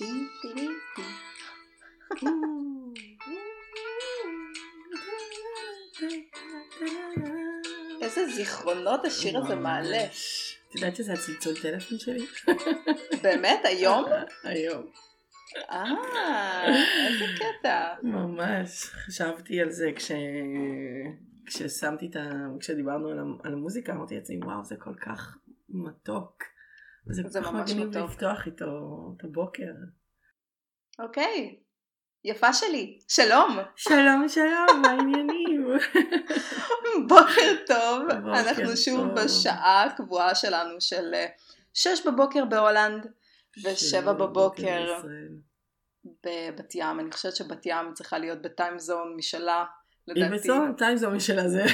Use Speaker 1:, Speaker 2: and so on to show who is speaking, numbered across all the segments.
Speaker 1: איזה זיכרונות השיר הזה מעלה.
Speaker 2: את יודעת שזה הצלצול טלפון שלי?
Speaker 1: באמת? היום?
Speaker 2: היום.
Speaker 1: איזה קטע.
Speaker 2: ממש. חשבתי על זה כששמתי כשדיברנו על המוזיקה, אמרתי לעצמי, וואו, זה כל כך מתוק.
Speaker 1: זה ממש מתוק.
Speaker 2: לפתוח איתו את הבוקר.
Speaker 1: אוקיי. יפה שלי. שלום.
Speaker 2: שלום, שלום, מה העניינים?
Speaker 1: בוקר טוב. אנחנו שוב בשעה הקבועה שלנו של 6 בבוקר בהולנד ו7 בבוקר בבת ים. אני חושבת שבת ים צריכה להיות בטיים זון משלה.
Speaker 2: היא בטיים זון משלה זה.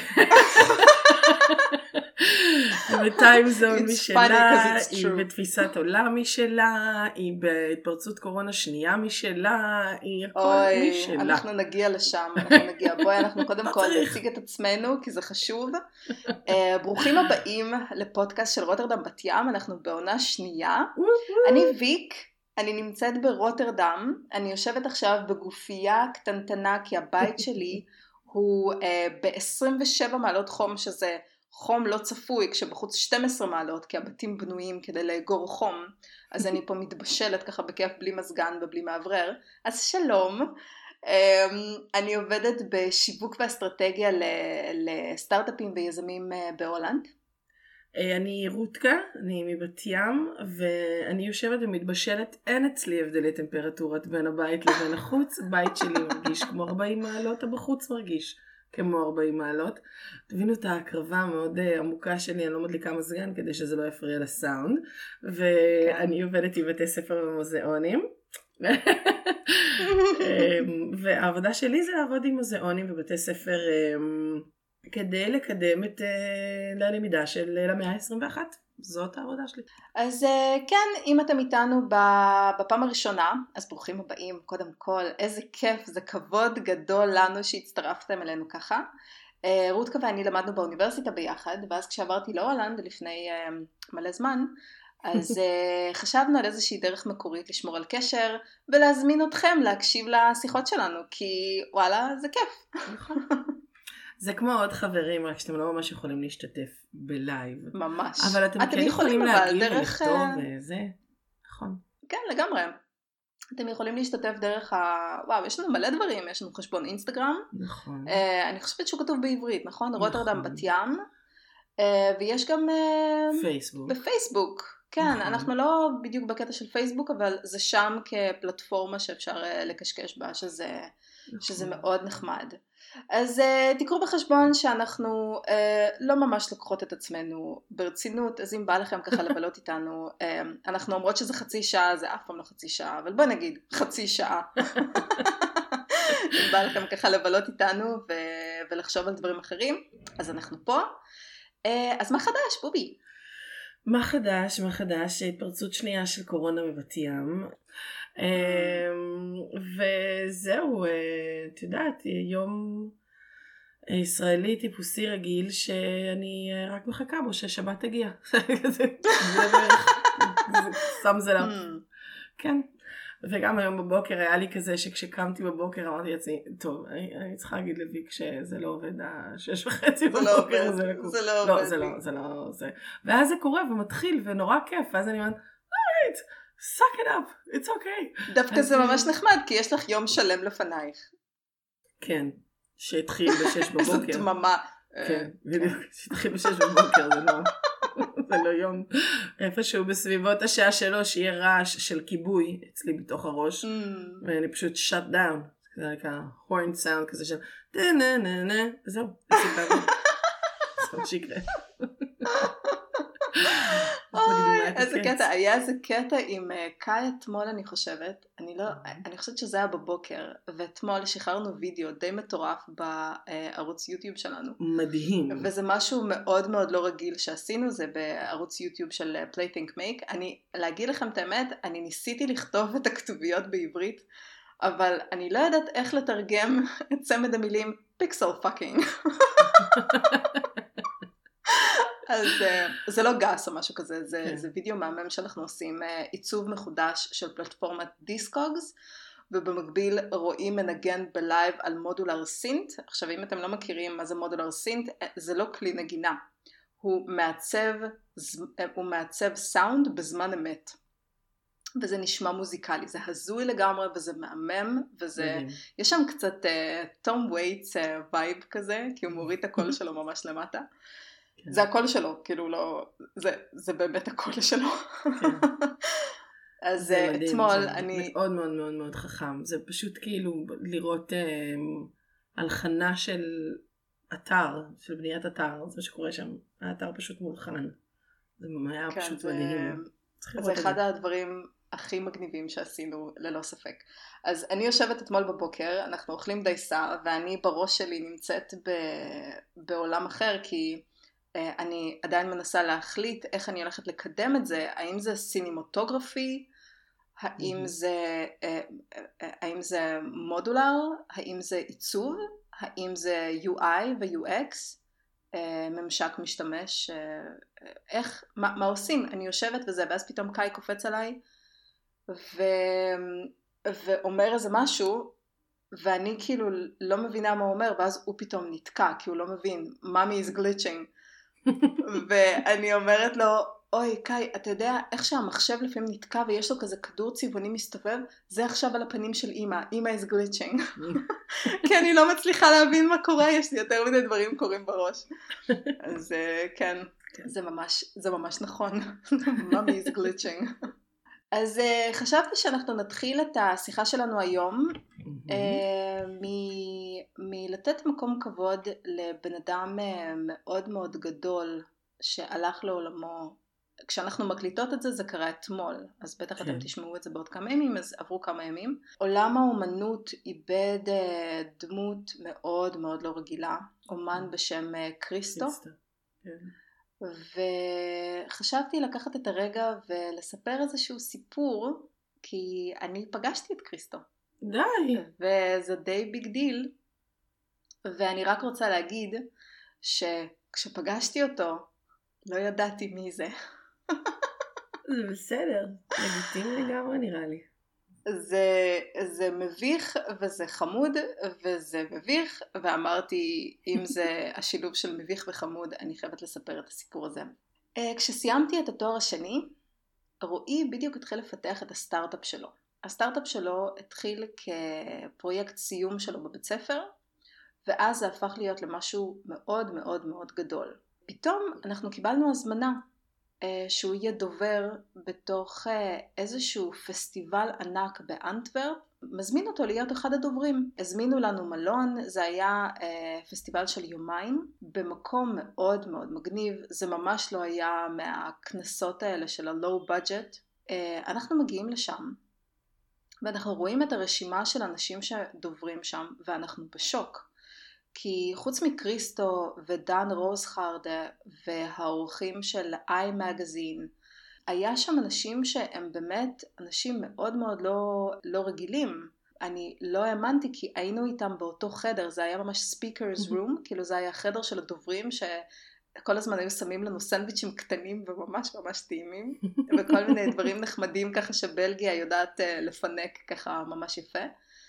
Speaker 2: היא בטיים זון משלה, היא בתפיסת עולם משלה, היא בהתפרצות קורונה שנייה משלה, היא הכל משלה.
Speaker 1: אנחנו נגיע לשם, בואי אנחנו קודם כל נציג את עצמנו כי זה חשוב. ברוכים הבאים לפודקאסט של רוטרדם בת ים, אנחנו בעונה שנייה. אני ויק, אני נמצאת ברוטרדם, אני יושבת עכשיו בגופייה קטנטנה כי הבית שלי הוא ב-27 מעלות חום, שזה חום לא צפוי, כשבחוץ 12 מעלות, כי הבתים בנויים כדי לאגור חום, אז אני פה מתבשלת ככה בכיף בלי מזגן ובלי מעברר. אז שלום, אני עובדת בשיווק ואסטרטגיה לסטארט-אפים ויזמים בהולנד.
Speaker 2: אני רותקה, אני מבת ים, ואני יושבת ומתבשלת, אין אצלי הבדלי טמפרטורת בין הבית לבין החוץ, הבית שלי מרגיש כמו 40 מעלות, הבחוץ מרגיש כמו 40 מעלות. תבינו את ההקרבה המאוד עמוקה שלי, אני לא מדליקה מזגן כדי שזה לא יפריע לסאונד, ואני עובדת עם בתי ספר ומוזיאונים, והעבודה שלי זה לעבוד עם מוזיאונים ובתי ספר כדי לקדם את הלמידה של המאה ה-21. זאת העבודה שלי.
Speaker 1: אז כן, אם אתם איתנו בפעם הראשונה, אז ברוכים הבאים. קודם כל, איזה כיף, זה כבוד גדול לנו שהצטרפתם אלינו ככה. רותקה ואני למדנו באוניברסיטה ביחד, ואז כשעברתי להולנד לפני מלא זמן, אז חשבנו על איזושהי דרך מקורית לשמור על קשר, ולהזמין אתכם להקשיב לשיחות שלנו, כי וואלה, זה כיף.
Speaker 2: זה כמו עוד חברים, רק שאתם לא ממש יכולים להשתתף בלייב.
Speaker 1: ממש.
Speaker 2: אבל אתם כן יכולים להגיב ולכתוב וזה. נכון.
Speaker 1: כן, לגמרי. אתם יכולים להשתתף דרך וואו, יש לנו מלא דברים. יש לנו חשבון אינסטגרם.
Speaker 2: נכון.
Speaker 1: אני חושבת שהוא כתוב בעברית, נכון? רוטרדם בת ים. ויש גם
Speaker 2: פייסבוק.
Speaker 1: בפייסבוק. כן, אנחנו לא בדיוק בקטע של פייסבוק, אבל זה שם כפלטפורמה שאפשר לקשקש בה, שזה מאוד נחמד. אז תקראו בחשבון שאנחנו לא ממש לוקחות את עצמנו ברצינות, אז אם בא לכם ככה לבלות איתנו, אנחנו אומרות שזה חצי שעה, זה אף פעם לא חצי שעה, אבל בוא נגיד חצי שעה. אם בא לכם ככה לבלות איתנו ולחשוב על דברים אחרים, אז אנחנו פה. אז מה חדש, בובי?
Speaker 2: מה חדש? התפרצות שנייה של קורונה בבת ים. וזהו, את יודעת, יום ישראלי טיפוסי רגיל שאני רק מחכה בו ששבת תגיע. זה שם זה לך. כן. וגם היום בבוקר היה לי כזה שכשקמתי בבוקר אמרתי לעצמי, טוב, אני צריכה להגיד לויק שזה לא עובד 6:30 בבוקר.
Speaker 1: זה לא
Speaker 2: עובד. לא, זה לא זה. ואז זה קורה ומתחיל ונורא כיף, ואז אני אומרת, alright, suck it up, it's okay.
Speaker 1: דווקא זה ממש נחמד, כי יש לך יום שלם לפנייך.
Speaker 2: כן, שהתחיל 6 בבוקר.
Speaker 1: זאת דממה.
Speaker 2: כן, שהתחיל 6 בבוקר, זה לא יום. איפשהו בסביבות השעה 3 יהיה רעש של כיבוי אצלי בתוך הראש, ואני פשוט shut down, זה ככה horn sound כזה של נה, וזהו, זה שיקרה.
Speaker 1: איזה קטע, היה איזה קטע עם קאי אתמול אני חושבת, אני חושבת שזה היה בבוקר, ואתמול שחררנו וידאו די מטורף בערוץ יוטיוב שלנו.
Speaker 2: מדהים.
Speaker 1: וזה משהו מאוד מאוד לא רגיל שעשינו, זה בערוץ יוטיוב של Play Think Make. להגיד לכם את האמת, אני ניסיתי לכתוב את הכתוביות בעברית, אבל אני לא יודעת איך לתרגם את צמד המילים פיקסל פאקינג. אז זה לא גס או משהו כזה, זה וידאו מהמם שאנחנו עושים עיצוב מחודש של פלטפורמת דיסקוגס, ובמקביל רואים מנגן בלייב על מודולר סינט. עכשיו אם אתם לא מכירים מה זה מודולר סינט, זה לא כלי נגינה, הוא מעצב סאונד בזמן אמת. וזה נשמע מוזיקלי, זה הזוי לגמרי וזה מהמם, וזה, יש שם קצת תום וייטס וייב כזה, כי הוא מוריד את הקול שלו ממש למטה. זה הקול שלו, כאילו לא, זה באמת הקול שלו. אז אתמול אני...
Speaker 2: מאוד מאוד מאוד מאוד חכם, זה פשוט כאילו לראות הלחנה של אתר, של בניית אתר, זה שקורה שם, האתר פשוט מולחן. זה היה פשוט מדהים.
Speaker 1: זה אחד הדברים הכי מגניבים שעשינו, ללא ספק. אז אני יושבת אתמול בבוקר, אנחנו אוכלים דייסה, ואני בראש שלי נמצאת בעולם אחר, כי אני עדיין מנסה להחליט איך אני הולכת לקדם את זה, האם זה סינימוטוגרפי, האם זה מודולר, האם זה עיצוב, האם זה UI ו-UX, ממשק משתמש, איך, מה עושים? אני יושבת וזה, ואז פתאום קאי קופץ עליי, ואומר איזה משהו, ואני כאילו לא מבינה מה הוא אומר, ואז הוא פתאום נתקע, כי הוא לא מבין, mommy is glitching, ואני אומרת לו, אוי קאי, אתה יודע איך שהמחשב לפעמים נתקע, ויש לו כזה כדור צבעוני מסתובב, זה עכשיו על הפנים של אמא is glitching, כי אני לא מצליחה להבין מה קורה, יש לי יותר מדי דברים קורים בראש, אז כן, זה ממש נכון, mommy is glitching. אז חשבתי שאנחנו נתחיל את השיחה שלנו היום מלתת מקום כבוד לבן אדם מאוד מאוד גדול שהלך לעולמו. כשאנחנו מקליטות את זה, זה קרה אתמול, אז בטח אתם תשמעו את זה בעוד כמה ימים, אז עברו כמה ימים. עולם האומנות איבד דמות מאוד מאוד לא רגילה, אומן בשם קריסטו. וחשבתי לקחת את הרגע ולספר איזשהו סיפור, כי אני פגשתי את קריסטו.
Speaker 2: די.
Speaker 1: וזה די ביג דיל, ואני רק רוצה להגיד שכשפגשתי אותו, לא ידעתי מי זה.
Speaker 2: זה בסדר, לגיטימי לגמרי נראה לי.
Speaker 1: זה מביך וזה חמוד וזה מביך, ואמרתי אם זה השילוב של מביך וחמוד אני חייבת לספר את הסיפור הזה. כשסיימתי את התואר השני, רועי בדיוק התחיל לפתח את הסטארט-אפ שלו. הסטארט-אפ שלו התחיל כפרויקט סיום שלו בבית ספר, ואז זה הפך להיות למשהו מאוד מאוד מאוד גדול. פתאום אנחנו קיבלנו הזמנה שהוא יהיה דובר בתוך איזשהו פסטיבל ענק באנטוורפ, מזמין אותו להיות אחד הדוברים. הזמינו לנו מלון, זה היה פסטיבל של יומיים, במקום מאוד מאוד מגניב, זה ממש לא היה מהכנסות האלה של ה-low budget. אנחנו מגיעים לשם, ואנחנו רואים את הרשימה של אנשים שדוברים שם, ואנחנו בשוק. כי חוץ מקריסטו ודן רוזחרדה והאורחים של iMagazine, היה שם אנשים שהם באמת אנשים מאוד מאוד לא רגילים. אני לא האמנתי כי היינו איתם באותו חדר, זה היה ממש speakers room, כאילו זה היה חדר של הדוברים שכל הזמן היו שמים לנו סנדוויצ'ים קטנים וממש ממש טעימים, וכל מיני דברים נחמדים ככה שבלגיה יודעת לפנק ככה ממש יפה.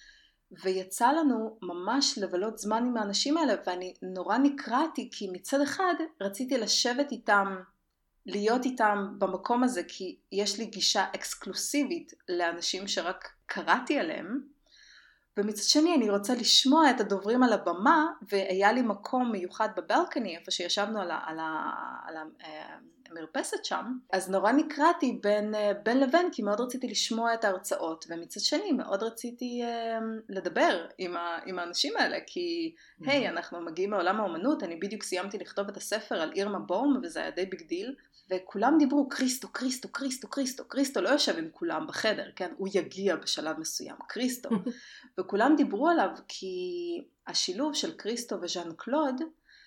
Speaker 1: ויצא לנו ממש לבלות זמן עם האנשים האלה, ואני נורא נקרעתי, כי מצד אחד רציתי לשבת איתם, להיות איתם במקום הזה, כי יש לי גישה אקסקלוסיבית לאנשים שרק קראתי עליהם, ומצד שני אני רוצה לשמוע את הדוברים על הבמה, והיה לי מקום מיוחד בבלקני, איפה שישבנו על המרפסת שם, אז נורא נקראתי בין לבין, כי מאוד רציתי לשמוע את ההרצאות, ומצד שני מאוד רציתי לדבר עם האנשים האלה, כי היי, אנחנו מגיעים מעולם האומנות, אני בדיוק סיימתי לכתוב את הספר על אירמה בום, וזה היה די ביג דיל, וכולם דיברו קריסטו, קריסטו, קריסטו, קריסטו, קריסטו לא יושב עם כולם בחדר, כן? הוא יגיע בשלב מסוים, קריסטו. וכולם דיברו עליו כי השילוב של קריסטו וז'אן קלוד,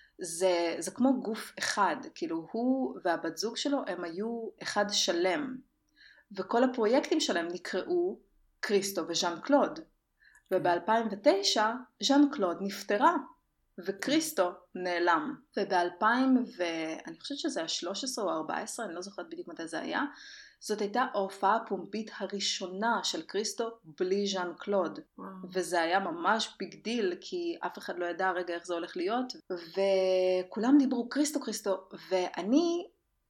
Speaker 1: זה כמו גוף אחד, כאילו הוא והבת זוג שלו הם היו אחד שלם, וכל הפרויקטים שלהם נקראו קריסטו וז'אן קלוד, וב-2009 ז'אן קלוד נפטרה, וקריסטו נעלם. וב-2000, ואני חושבת שזה היה 13 או 14, אני לא זוכרת בדיוק מתי זה היה, זאת הייתה ההופעה הפומבית הראשונה של קריסטו בלי ז'אן קלוד. וזה היה ממש ביג דיל, כי אף אחד לא ידע רגע איך זה הולך להיות. וכולם דיברו קריסטו, קריסטו. ואני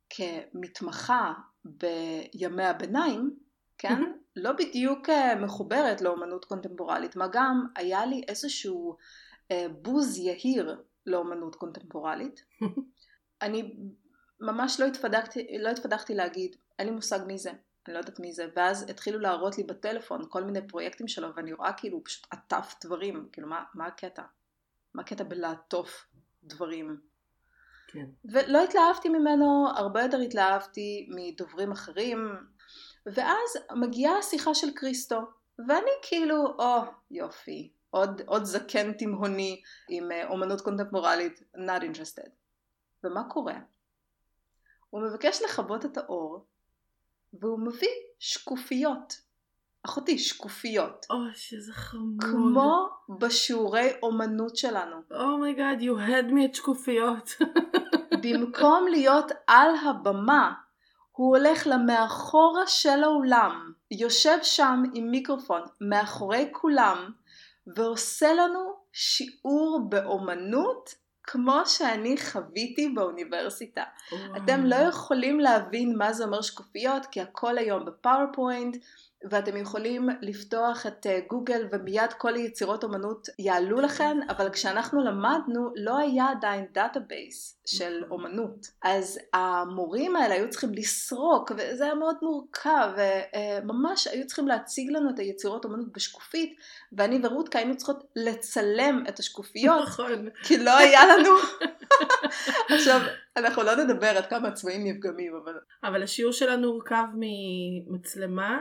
Speaker 1: כמתמחה בימי הביניים, כן? לא בדיוק מחוברת לאומנות קונטמפורלית, מה גם היה לי איזשהו בוז יהיר לאומנות קונטמפורלית. אני ממש לא התפדחתי להגיד, אין לי מושג מי זה, אני לא יודעת מי זה, ואז התחילו להראות לי בטלפון כל מיני פרויקטים שלו, ואני רואה כאילו פשוט עטף דברים, כאילו מה הקטע? מה הקטע בלעטוף דברים?
Speaker 2: כן.
Speaker 1: ולא התלהבתי ממנו, הרבה יותר התלהבתי מדוברים אחרים, ואז מגיעה השיחה של קריסטו, ואני כאילו, יופי, עוד זקן תימהוני עם אומנות קונטמפורלית, not interested. ומה קורה? הוא מבקש לכבות את האור, והוא מביא שקופיות. אחותי, שקופיות.
Speaker 2: שזה חמוד.
Speaker 1: כמו בשיעורי אומנות שלנו.
Speaker 2: my god, you had me את שקופיות.
Speaker 1: במקום להיות על הבמה, הוא הולך למאחורה של האולם, יושב שם עם מיקרופון מאחורי כולם, ועושה לנו שיעור באומנות כמו שאני חוויתי באוניברסיטה. אתם לא יכולים להבין מה זה אומר שקופיות, כי הכל היום בפאורפוינט, ואתם יכולים לפתוח את גוגל ומיד כל היצירות אומנות יעלו לכם, אבל כשאנחנו למדנו לא היה עדיין דאטאבייס של אומנות. אז המורים האלה היו צריכים לסרוק, וזה היה מאוד מורכב, וממש היו צריכים להציג לנו את היצירות אומנות בשקופית, ואני ורותקה היינו צריכות לצלם את השקופיות, כי לא היה לנו. עכשיו, אנחנו לא נדבר עד כמה הצבעים נפגמים,
Speaker 2: אבל השיעור שלנו הורכב ממצלמה,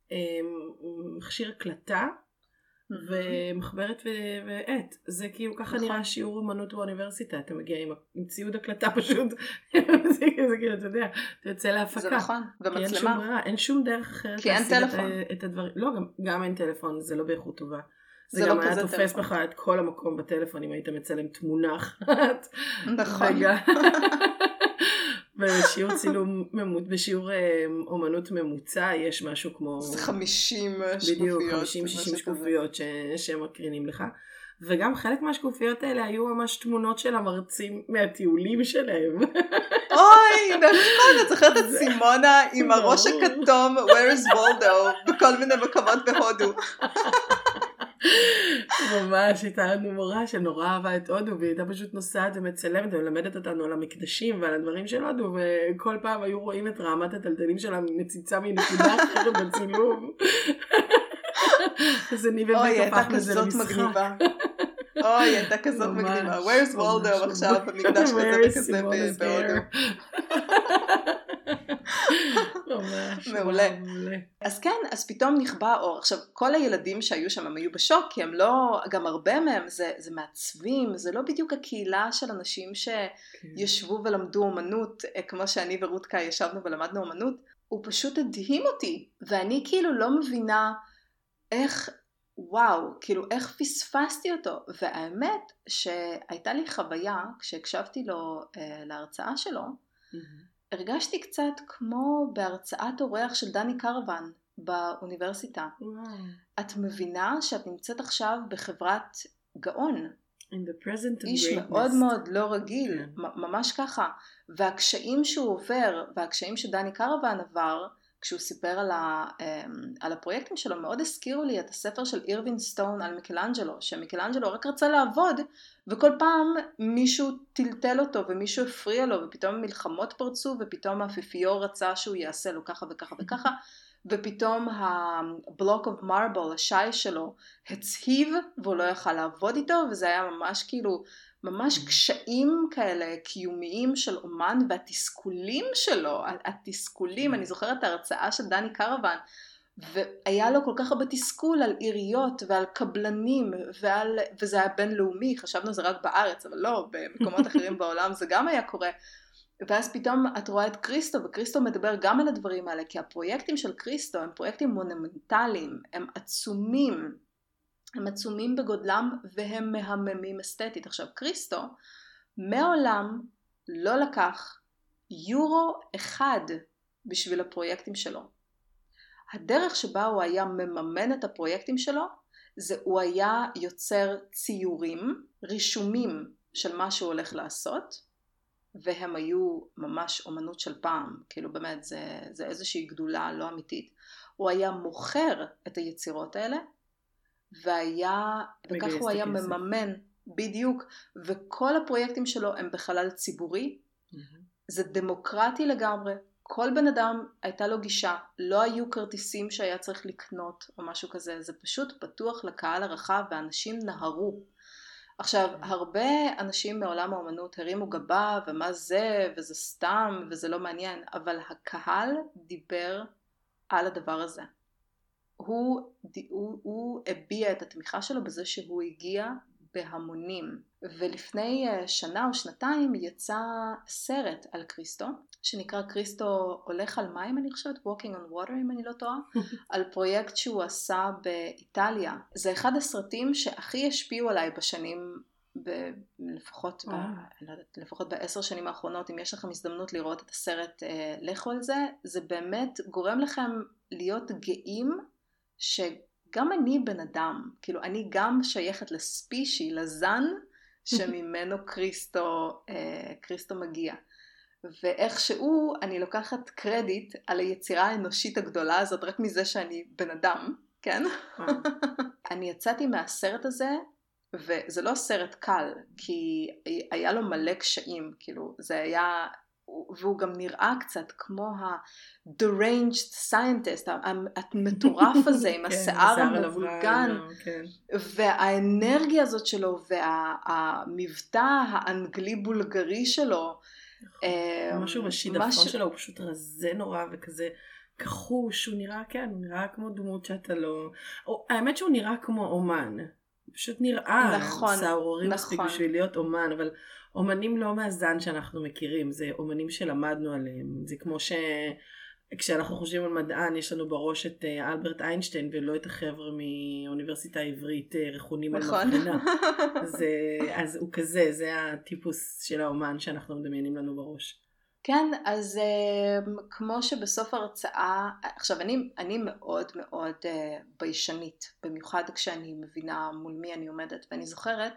Speaker 2: מכשיר הקלטה ומחברת ועט. זה כאילו ככה נראה שיעור אומנות באוניברסיטה. אתה מגיע עם ציוד הקלטה פשוט, זה כאילו, אתה יודע, אתה יוצא להפקה.
Speaker 1: זה נכון, ומצלמה.
Speaker 2: אין שום דרך אחרת
Speaker 1: להשיג
Speaker 2: את הדברים. לא, גם אין טלפון, זה לא באיכות טובה. זה גם היה תופס בך את כל המקום בטלפון אם היית מצלם תמונה אחת.
Speaker 1: נכון.
Speaker 2: בשיעור צילום, בשיעור אומנות ממוצע יש משהו כמו
Speaker 1: 50 שקופיות.
Speaker 2: בדיוק, 50-60 שקופיות שמקרינים לך. וגם חלק מהשקופיות האלה היו ממש תמונות של המרצים מהטיולים שלהם.
Speaker 1: אוי, נכון, את זוכרת את סימונה עם הראש הכתום, Where is Waldo, בכל מיני מקומות בהודו.
Speaker 2: ממש, הייתה לנו מורה שנורא אהבה את הודו, והיא הייתה פשוט נוסעת ומצלמת ומלמדת אותנו על המקדשים ועל הדברים של הודו, וכל פעם היו רואים את רעמת הטלטלים שלה מציצה מנקודה אחרת בצילום. אז אני באמת הפך לזה למשחק.
Speaker 1: אוי, הייתה כזאת מגניבה. Where's Waldo עכשיו במקדש כזה בהודו. מעולה. אז כן, אז פתאום נכבה האור. עכשיו, כל הילדים שהיו שם הם היו בשוק, כי הם לא, גם הרבה מהם זה מעצבים, זה לא בדיוק הקהילה של אנשים שישבו ולמדו אומנות, כמו שאני ורותקה ישבנו ולמדנו אומנות. הוא פשוט הדהים אותי, ואני כאילו לא מבינה איך, וואו, כאילו איך פספסתי אותו. והאמת שהייתה לי חוויה, כשהקשבתי לו להרצאה שלו, הרגשתי קצת כמו בהרצאת אורח של דני קרוון באוניברסיטה. את מבינה שאת נמצאת עכשיו בחברת גאון. איש מאוד מאוד לא רגיל, ממש ככה. והקשיים שהוא עובר, והקשיים שדני קרוון עבר, כשהוא סיפר על הפרויקטים שלו, מאוד הזכירו לי את הספר של אירווין סטון על מיקלאנג'לו, שמיקלאנג'לו רק רצה לעבוד, וכל פעם מישהו טלטל אותו, ומישהו הפריע לו, ופתאום מלחמות פרצו, ופתאום האפיפיור רצה שהוא יעשה לו ככה וככה וככה, ופתאום הבלוק אוף מרבל, השי שלו, הצהיב, והוא לא יכל לעבוד איתו, וזה היה ממש כאילו, ממש קשיים כאלה קיומיים של אומן, והתסכולים שלו, התסכולים, אני זוכרת את ההרצאה של דני קרוון, והיה לו כל כך הרבה תסכול על עיריות ועל קבלנים, וזה היה בינלאומי, חשבנו זה רק בארץ, אבל לא, במקומות אחרים בעולם זה גם היה קורה, ואז פתאום את רואה את קריסטו, וקריסטו מדבר גם על הדברים האלה, כי הפרויקטים של קריסטו הם פרויקטים מונומנטליים, הם עצומים, הם עצומים בגודלם והם מהממים אסתטית. עכשיו, קריסטו מעולם לא לקח יורו אחד בשביל הפרויקטים שלו. הדרך שבה הוא היה מממן את הפרויקטים שלו, זה הוא היה יוצר ציורים, רישומים של מה שהוא הולך לעשות, והם היו ממש אומנות של פעם, כאילו באמת זה איזושהי גדולה לא אמיתית. הוא היה מוכר את היצירות האלה, וכך הוא היה מממן, בדיוק, וכל הפרויקטים שלו הם בחלל ציבורי, זה דמוקרטי לגמרי, כל בן אדם הייתה לו גישה, לא היו כרטיסים שהיה צריך לקנות או משהו כזה, זה פשוט פתוח לקהל הרחב ואנשים נהרו. עכשיו, הרבה אנשים מעולם האומנות הרימו גבה ומה זה וזה סתם וזה לא מעניין, אבל הקהל דיבר על הדבר הזה. הוא הביע את התמיכה שלו בזה שהוא הגיע בהמונים. ולפני שנה או שנתיים יצא סרט על קריסטו, שנקרא קריסטו הולך על מים, אני חושבת, Walking on Water אם אני לא טועה, על פרויקט שהוא עשה באיטליה. זה אחד הסרטים שהכי השפיעו עליי בשנים, לפחות ב10 שנים האחרונות. אם יש לכם הזדמנות לראות את הסרט, לכו על זה. זה באמת גורם לכם להיות גאים שגם אני בן אדם, כאילו אני גם שייכת לספישי, לזן שממנו קריסטו מגיע. ואיכשהו אני לוקחת קרדיט על היצירה האנושית הגדולה הזאת רק מזה שאני בן אדם, כן? אני יצאתי מהסרט הזה, וזה לא סרט קל, כי היה לו מלא קשיים, כאילו זה היה, והוא גם נראה קצת כמו ה-deranged scientist, המטורף הזה עם השיער המבולגן, והאנרגיה הזאת שלו, והמבטא האנגלי-בולגרי שלו,
Speaker 2: משהו בשידפון שלו, הוא פשוט רזה נורא וכזה כחוש, הוא נראה, כן, הוא נראה כמו דמות שאתה לא, האמת שהוא נראה כמו אומן, פשוט נראה סערורים מספיק בשביל להיות אומן, אבל אומנים לא מהזן שאנחנו מכירים, זה אומנים שלמדנו עליהם, זה כמו כשאנחנו חושבים על מדען, יש לנו בראש את אלברט איינשטיין, ולא את החבר'ה מאוניברסיטה העברית רכונים על מבחינה. אז הוא כזה, זה הטיפוס של האומן שאנחנו מדמיינים לנו בראש.
Speaker 1: כן, אז כמו שבסוף הרצאה, עכשיו אני מאוד מאוד ביישנית, במיוחד כשאני מבינה מול מי אני עומדת, ואני זוכרת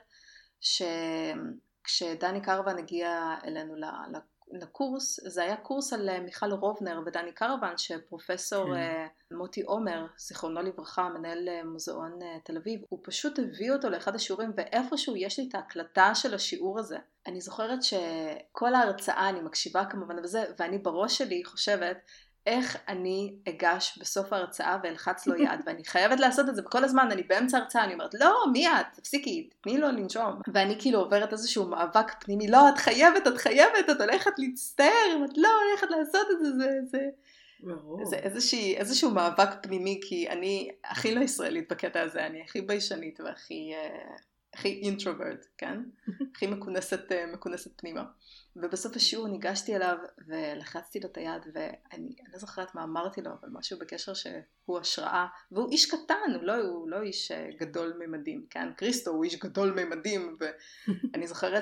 Speaker 1: שכשדני קרוון הגיע אלינו לקורס, זה היה קורס על מיכל רובנר ודני קרוון, שפרופסור מוטי עומר, זיכרונו לברכה, מנהל מוזיאון תל אביב, הוא פשוט הביא אותו לאחד השיעורים, ואיפשהו יש לי את ההקלטה של השיעור הזה. אני זוכרת שכל ההרצאה, אני מקשיבה כמובן וזה, ואני בראש שלי חושבת, איך אני אגש בסוף ההרצאה ואלחץ לו יד, ואני חייבת לעשות את זה בכל הזמן, אני באמצע ההרצאה, אני אומרת, לא, מי את? תפסיקי, תני לו לנשום. ואני כאילו עוברת איזשהו מאבק פנימי, לא, את חייבת, את הולכת להצטער, את לא הולכת לעשות את זה, זה איזשהו מאבק פנימי, כי אני הכי לא ישראלית בקטע הזה, אני הכי ביישנית והכי אינטרוברט, כן? הכי מכונסת פנימה. ובסוף השיעור ניגשתי אליו ולחצתי לו את היד, ואני לא זוכרת מה אמרתי לו, אבל משהו בקשר שהוא השראה, והוא איש קטן, הוא לא איש גדול ממדים, כן? קריסטו הוא איש גדול ממדים, ואני זוכרת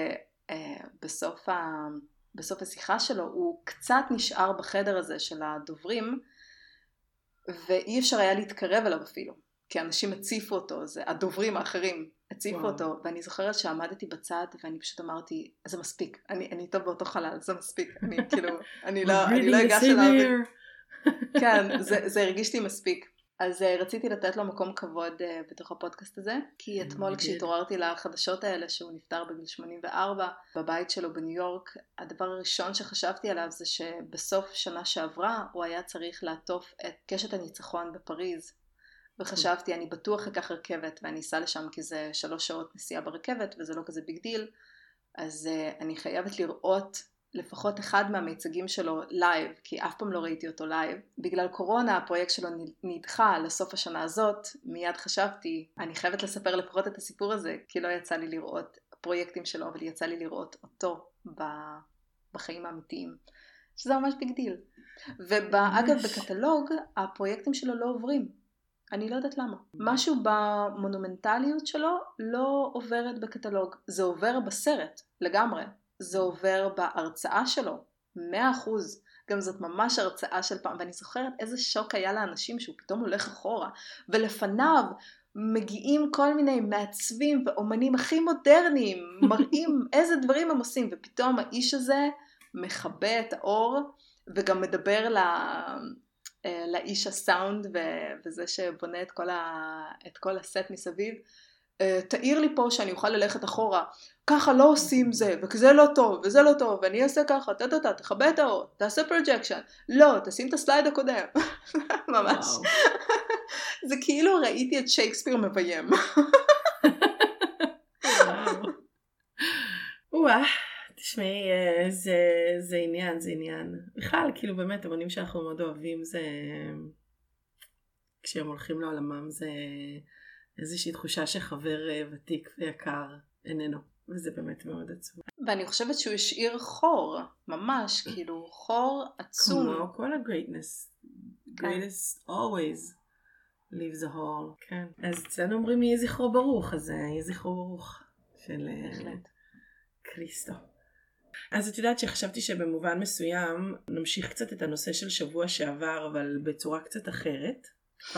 Speaker 1: שבסוף השיחה שלו הוא קצת נשאר בחדר הזה של הדוברים, ואי אפשר היה להתקרב אליו אפילו, כי אנשים הציפו אותו, זה הדוברים האחרים הציפו אותו, ואני זוכרת שעמדתי בצד, ואני פשוט אמרתי, זה מספיק, אני טוב באותו חלל, זה מספיק, אני לא אגש אליו, כן, זה הרגיש לי מספיק, אז רציתי לתת לו מקום כבוד בתוך הפודקאסט הזה, כי אתמול כשהתעוררתי לחדשות האלה, שהוא נפטר בגיל 84, בבית שלו בניו יורק, הדבר הראשון שחשבתי עליו זה שבסוף שנה שעברה, הוא היה צריך לעטוף את קשת הניצחון בפריז, וחשבתי, אני בטוח אקח רכבת, ואני אסע לשם כי זה 3 שעות נסיעה ברכבת, וזה לא כזה ביג דיל, אז אני חייבת לראות לפחות אחד מהמיצגים שלו לייב, כי אף פעם לא ראיתי אותו לייב. בגלל קורונה, הפרויקט שלו נדחה לסוף השנה הזאת, מיד חשבתי, אני חייבת לספר לפחות את הסיפור הזה, כי לא יצא לי לראות פרויקטים שלו, אבל יצא לי לראות אותו בחיים האמיתיים, שזה ממש ביג דיל. ואגב, בקטלוג, הפרויקטים שלו לא עוברים. אני לא יודעת למה. משהו במונומנטליות שלו לא עוברת בקטלוג. זה עובר בסרט, לגמרי. זה עובר בהרצאה שלו, 100%. גם זאת ממש הרצאה של פעם, ואני זוכרת איזה שוק היה לאנשים שהוא פתאום הולך אחורה, ולפניו מגיעים כל מיני מעצבים ואומנים הכי מודרניים, מראים איזה דברים הם עושים, ופתאום האיש הזה מכבה את האור, וגם מדבר לאיש הסאונד, וזה שבונה את כל הסט מסביב, תאיר לי פה שאני אוכל ללכת אחורה, ככה לא עושים זה, וזה לא טוב, וזה לא טוב, ואני אעשה ככה, תכבה את האור, תעשה פרוג'קשן, לא, תשים את הסלייד הקודם, ממש. זה כאילו ראיתי את שייקספיר מביים.
Speaker 2: וואה, תשמעי, זה עניין. בכלל, כאילו באמת, אמנים שאנחנו מאוד אוהבים, זה כשהם הולכים לעולמם, זה איזושהי תחושה שחבר ותיק ויקר איננו, וזה באמת מאוד עצוב.
Speaker 1: ואני חושבת שהוא השאיר חור, ממש, כאילו חור עצום.
Speaker 2: כמו כל greatest always leaves a hole. כן. אז אצלנו אומרים יהיה זכרו ברוך, אז יהיה זכרו ברוך של קריסטו. אז את יודעת שחשבתי שבמובן מסוים נמשיך קצת את הנושא של שבוע שעבר, אבל בצורה קצת אחרת.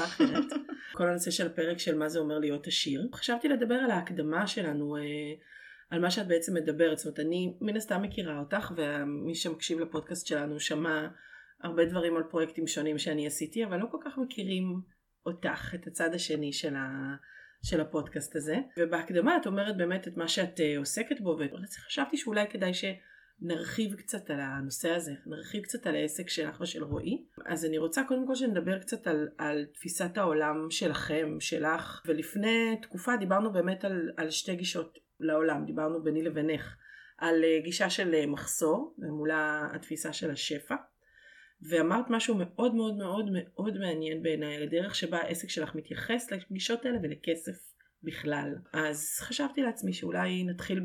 Speaker 2: כל הנושא של הפרק של מה זה אומר להיות עשיר. חשבתי לדבר על ההקדמה שלנו, על מה שאת בעצם מדברת. זאת אומרת, אני מן הסתם מכירה אותך, ומי שמקשיב לפודקאסט שלנו שמע הרבה דברים על פרויקטים שונים שאני עשיתי, אבל לא כל כך מכירים אותך, את הצד השני של הפודקאסט הזה. ובהקדמה את אומרת באמת את מה שאת עוסקת בו, וחשבתי שאולי כדאי נרחיב קצת על הנושא הזה, נרחיב קצת על העסק שלך ושל רועי. אז אני רוצה קודם כל שנדבר קצת על תפיסת העולם שלכם, שלך, ולפני תקופה דיברנו באמת על שתי גישות לעולם, דיברנו ביני לבינך, על גישה של מחסור, ומולה התפיסה של השפע, ואמרת משהו מאוד מאוד מאוד מאוד מעניין בעיניי, לדרך שבה העסק שלך מתייחס לגישות האלה ולכסף בכלל. אז חשבתי לעצמי שאולי נתחיל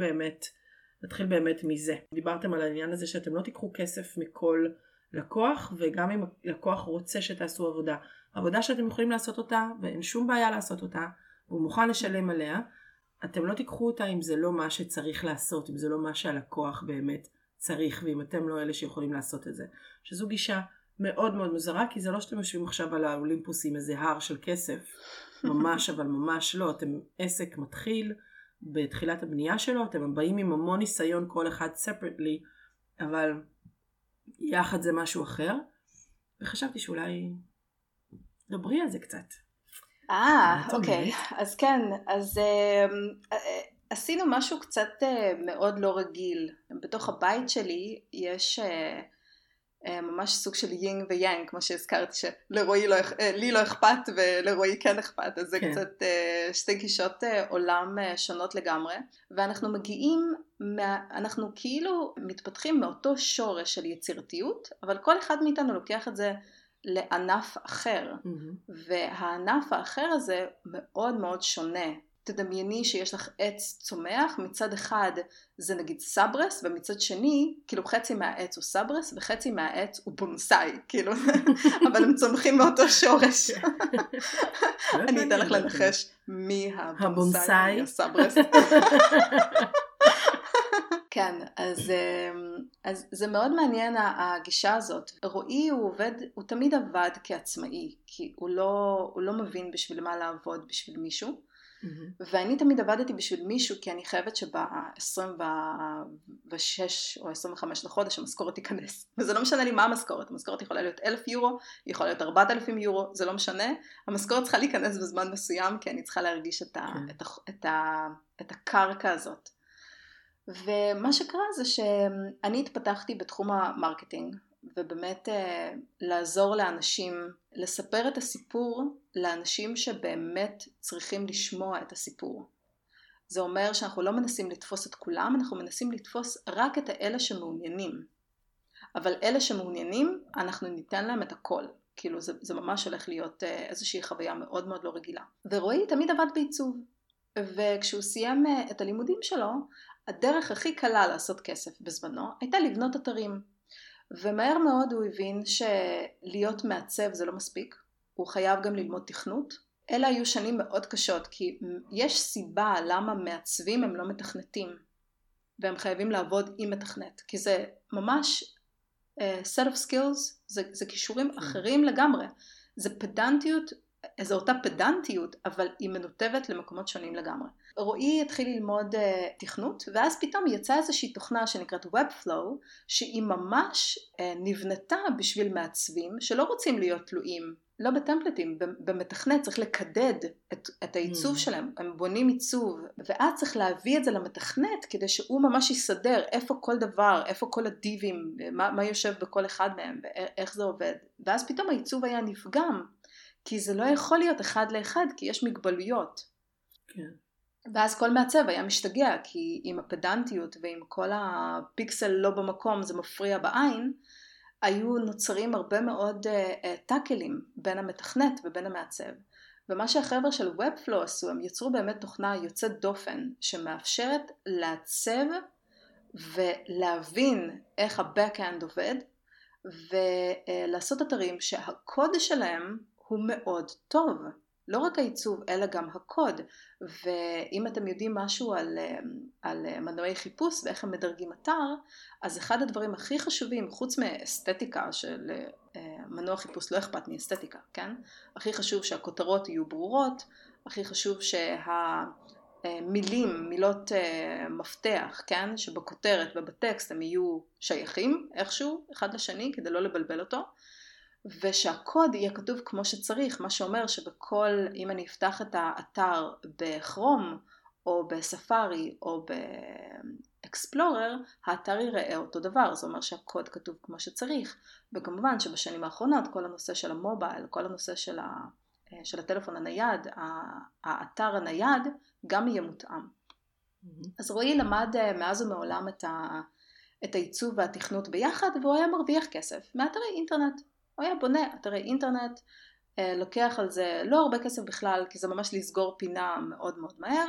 Speaker 2: באמת מזה. דיברתם על העניין הזה שאתם לא תיקחו כסף מכל לקוח, וגם אם לקוח רוצה שתעשו עבודה שאתם יכולים לעשות אותה, ואין שום בעיה לעשות אותה, והוא מוכן לשלם עליה, אתם לא תיקחו אותה אם זה לא מה שצריך לעשות, אם זה לא מה שהלקוח באמת צריך, ואם אתם לא אלה שיכולים לעשות את זה. שזו גישה מאוד מאוד מוזרה, כי זה לא שאתם יושבים עכשיו על האולימפוס עם איזה הר של כסף, ממש אבל ממש לא. אתם עסק מתחיל, בתחילת הבנייה שלו, אתם באים עם המון ניסיון כל אחד separately, אבל יחד זה משהו אחר, וחשבתי שאולי דברי על זה קצת.
Speaker 1: אוקיי, אז כן, אז עשינו משהו קצת מאוד לא רגיל. בתוך הבית שלי יש ממש סוג של יינג ויאנג, כמו שהזכרתי, לי לא אכפת ולרועי כן אכפת, אז זה קצת שתי גישות עולם שונות לגמרי, ואנחנו אנחנו כאילו מתפתחים מאותו שורש של יצירתיות, אבל כל אחד מאיתנו לוקח את זה לענף אחר, והענף האחר הזה מאוד מאוד שונה. תדמייני שיש לך עץ צומח, מצד אחד זה נגיד סברס, ומצד שני, כאילו חצי מהעץ הוא סברס, וחצי מהעץ הוא בונסאי, כאילו, אבל הם צומחים מאותו שורש. אני אתן לך לנחש מי הבונסאי, מי הסברס. כן, אז זה מאוד מעניין הגישה הזאת. רועי הוא תמיד עבד כעצמאי, כי הוא לא מבין בשביל מה לעבוד בשביל מישהו, ואני תמיד עבדתי בשביל מישהו, כי אני חייבת שב-26 או 25 לחודש המשכורת תיכנס. וזה לא משנה לי מה המשכורת. המשכורת יכולה להיות 1,000 יורו, יכולה להיות 4,000 יורו, זה לא משנה. המשכורת צריכה להיכנס בזמן מסוים, כי אני צריכה להרגיש את הקרקע הזאת. ומה שקרה זה שאני התפתחתי בתחום המרקטינג, ובאמת לעזור לאנשים, לספר את הסיפור לאנשים שבאמת צריכים לשמוע את הסיפור. זה אומר שאנחנו לא מנסים לתפוס את כולם, אנחנו מנסים לתפוס רק את האלה שמעוניינים. אבל אלה שמעוניינים, אנחנו ניתן להם את הכל. כאילו זה ממש הולך להיות איזושהי חוויה מאוד מאוד לא רגילה. ורועי תמיד עבד בעיצוב. וכשהוא סיים את הלימודים שלו, הדרך הכי קלה לעשות כסף בזמנו הייתה לבנות אתרים. ומהר מאוד הוא הבין שלהיות מעצב זה לא מספיק. הוא חייב גם ללמוד תכנות, אלה היו שנים מאוד קשות, כי יש סיבה למה מעצבים הם לא מתכנתים, והם חייבים לעבוד עם מתכנת, כי זה ממש set of skills, זה כישורים אחרים לגמרי, זה פדנטיות, זו אותה פדנטיות, אבל היא מנותבת למקומות שונים לגמרי. רועי התחיל ללמוד תכנות, ואז פתאום יצאה איזושהי תוכנה שנקראת Webflow, שהיא ממש נבנתה בשביל מעצבים, שלא רוצים להיות תלויים, לא בטמפלטים, במתכנת צריך לקדד את העיצוב שלהם, הם בונים עיצוב, ואז צריך להביא את זה למתכנת, כדי שהוא ממש יסדר איפה כל דבר, איפה כל הדיבים, מה יושב בכל אחד מהם, ואיך זה עובד, ואז פתאום העיצוב היה נפגם, כי זה לא יכול להיות אחד לאחד, כי יש מגבלויות.
Speaker 2: כן.
Speaker 1: ואז כל מעצב היה משתגע, כי עם הפדנטיות ועם כל הפיקסל לא במקום, זה מפריע בעין, היו נוצרים הרבה מאוד טאקלים בין המתכנת ובין המעצב. ומה שהחבר'ה של Webflow עשו, הם יצרו באמת תוכנה יוצאת דופן, שמאפשרת לעצב ולהבין איך ה-backend עובד, ולעשות אתרים שהקוד שלהם הוא מאוד טוב. לא רק העיצוב, אלא גם הקוד. ואם אתם יודעים משהו על מנועי חיפוש ואיך הם מדרגים אתר, אז אחד הדברים הכי חשובים, חוץ מאסתטיקה של מנוע חיפוש, לא אכפת מאסתטיקה, כן? הכי חשוב שהכותרות יהיו ברורות, הכי חשוב שהמילים, מילות מפתח, כן? שבכותרת ובטקסט הם יהיו שייכים איכשהו אחד לשני, כדי לא לבלבל אותו. ושהקוד יהיה כתוב כמו שצריך, מה שאומר שבכל, אם אני אפתח את האתר בכרום, או בספארי, או באקספלורר, האתר ייראה אותו דבר, זה אומר שהקוד כתוב כמו שצריך, וכמובן שבשנים האחרונות, כל הנושא של המובייל, כל הנושא של הטלפון הנייד, האתר הנייד, גם יהיה מותאם. אז רועי למד מאז ומעולם את העיצוב והתכנות ביחד, והוא היה מרוויח כסף מאתרי אינטרנט. הוא היה בונה אתרי אינטרנט, לוקח על זה לא הרבה כסף בכלל, כי זה ממש לסגור פינה מאוד מאוד מהר,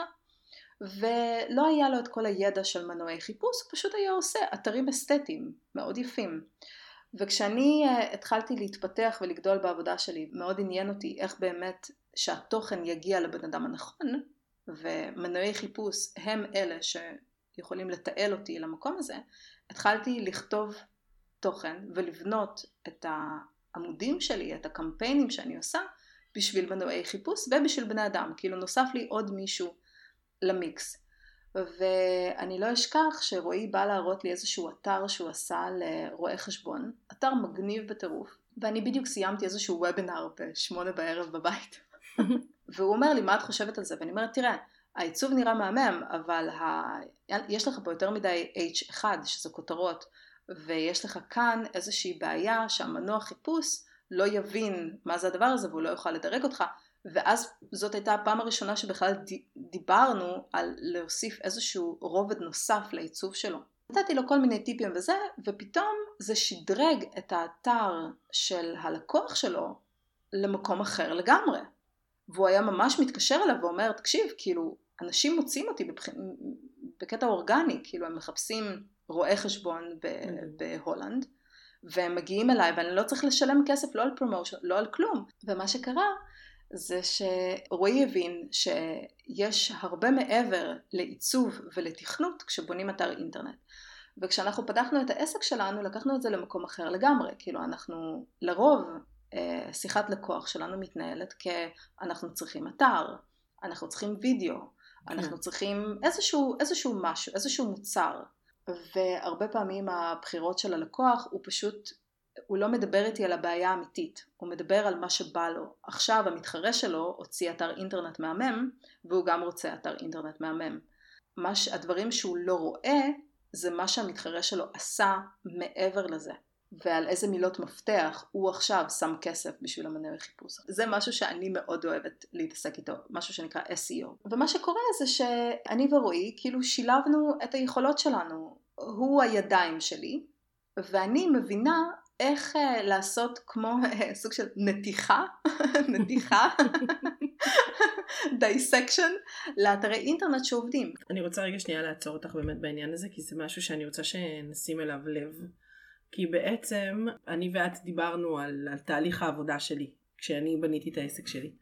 Speaker 1: ולא היה לו את כל הידע של מנועי חיפוש, הוא פשוט היה עושה אתרים אסתטיים מאוד יפים. וכשאני התחלתי להתפתח ולגדול בעבודה שלי, מאוד עניין אותי איך באמת שהתוכן יגיע לבן אדם הנכון, ומנועי חיפוש הם אלה שיכולים לתעל אותי למקום הזה, התחלתי לכתוב תוכן ולבנות את העמודים שלי, את הקמפיינים שאני עושה, בשביל מנועי חיפוש ובשביל בני אדם. כאילו נוסף לי עוד מישהו למיקס. ואני לא אשכח שרועי בא להראות לי איזשהו אתר שהוא עשה לרואי חשבון, אתר מגניב בטירוף, ואני בדיוק סיימתי איזשהו וובינר ב8 בערב בבית. והוא אומר לי, מה את חושבת על זה? ואני אומרת, תראה, העיצוב נראה מהמם, אבל יש לך פה יותר מדי H1, שזה כותרות, ויש לך כאן איזושהי בעיה שהמנוע חיפוש לא יבין מה זה הדבר הזה והוא לא יוכל לדרג אותך, ואז זאת הייתה הפעם הראשונה שבכלל דיברנו על להוסיף איזשהו רובד נוסף לעיצוב שלו. נתתי לו כל מיני טיפים וזה, ופתאום זה שדרג את האתר של הלקוח שלו למקום אחר לגמרי. והוא היה ממש מתקשר אליו ואומר, תקשיב, כאילו, אנשים מוצאים אותי בקטע אורגני, כאילו הם מחפשים רואי חשבון בהולנד, והם מגיעים אליי, ואני לא צריך לשלם כסף, לא על פרומושן, לא על כלום. ומה שקרה, זה שרועי הבין שיש הרבה מעבר לעיצוב ולתכנות, כשבונים אתר אינטרנט. וכשאנחנו פתחנו את העסק שלנו, לקחנו את זה למקום אחר לגמרי. כאילו אנחנו, לרוב, שיחת לקוח שלנו מתנהלת אנחנו צריכים אתר, אנחנו צריכים וידאו, אנחנו צריכים איזשהו משהו, איזשהו מוצר. והרבה פעמים הבחירות של הלקוח הוא לא מדבר איתי על הבעיה האמיתית, הוא מדבר על מה שבא לו. עכשיו המתחרה שלו הוציא אתר אינטרנט מהמם, והוא גם רוצה אתר אינטרנט מהמם. הדברים שהוא לא רואה, זה מה שהמתחרה שלו עשה מעבר לזה. ועל איזה מילות מפתח הוא עכשיו שם כסף בשביל המנועי חיפוש. זה משהו שאני מאוד אוהבת להתעסק איתו, משהו שנקרא SEO. ומה שקורה זה שאני ורועי כאילו שילבנו את היכולות שלנו. הוא הידיים שלי, ואני מבינה איך לעשות כמו סוג של נתיחה, דייסקשן, לאתרי אינטרנט שעובדים.
Speaker 2: אני רוצה רגע שנייה לעצור אותך באמת בעניין הזה, כי זה משהו שאני רוצה שנשים אליו לב. כי בעצם אני ואת דיברנו על תהליך העבודה שלי, כשאני בניתי את העסק שלי.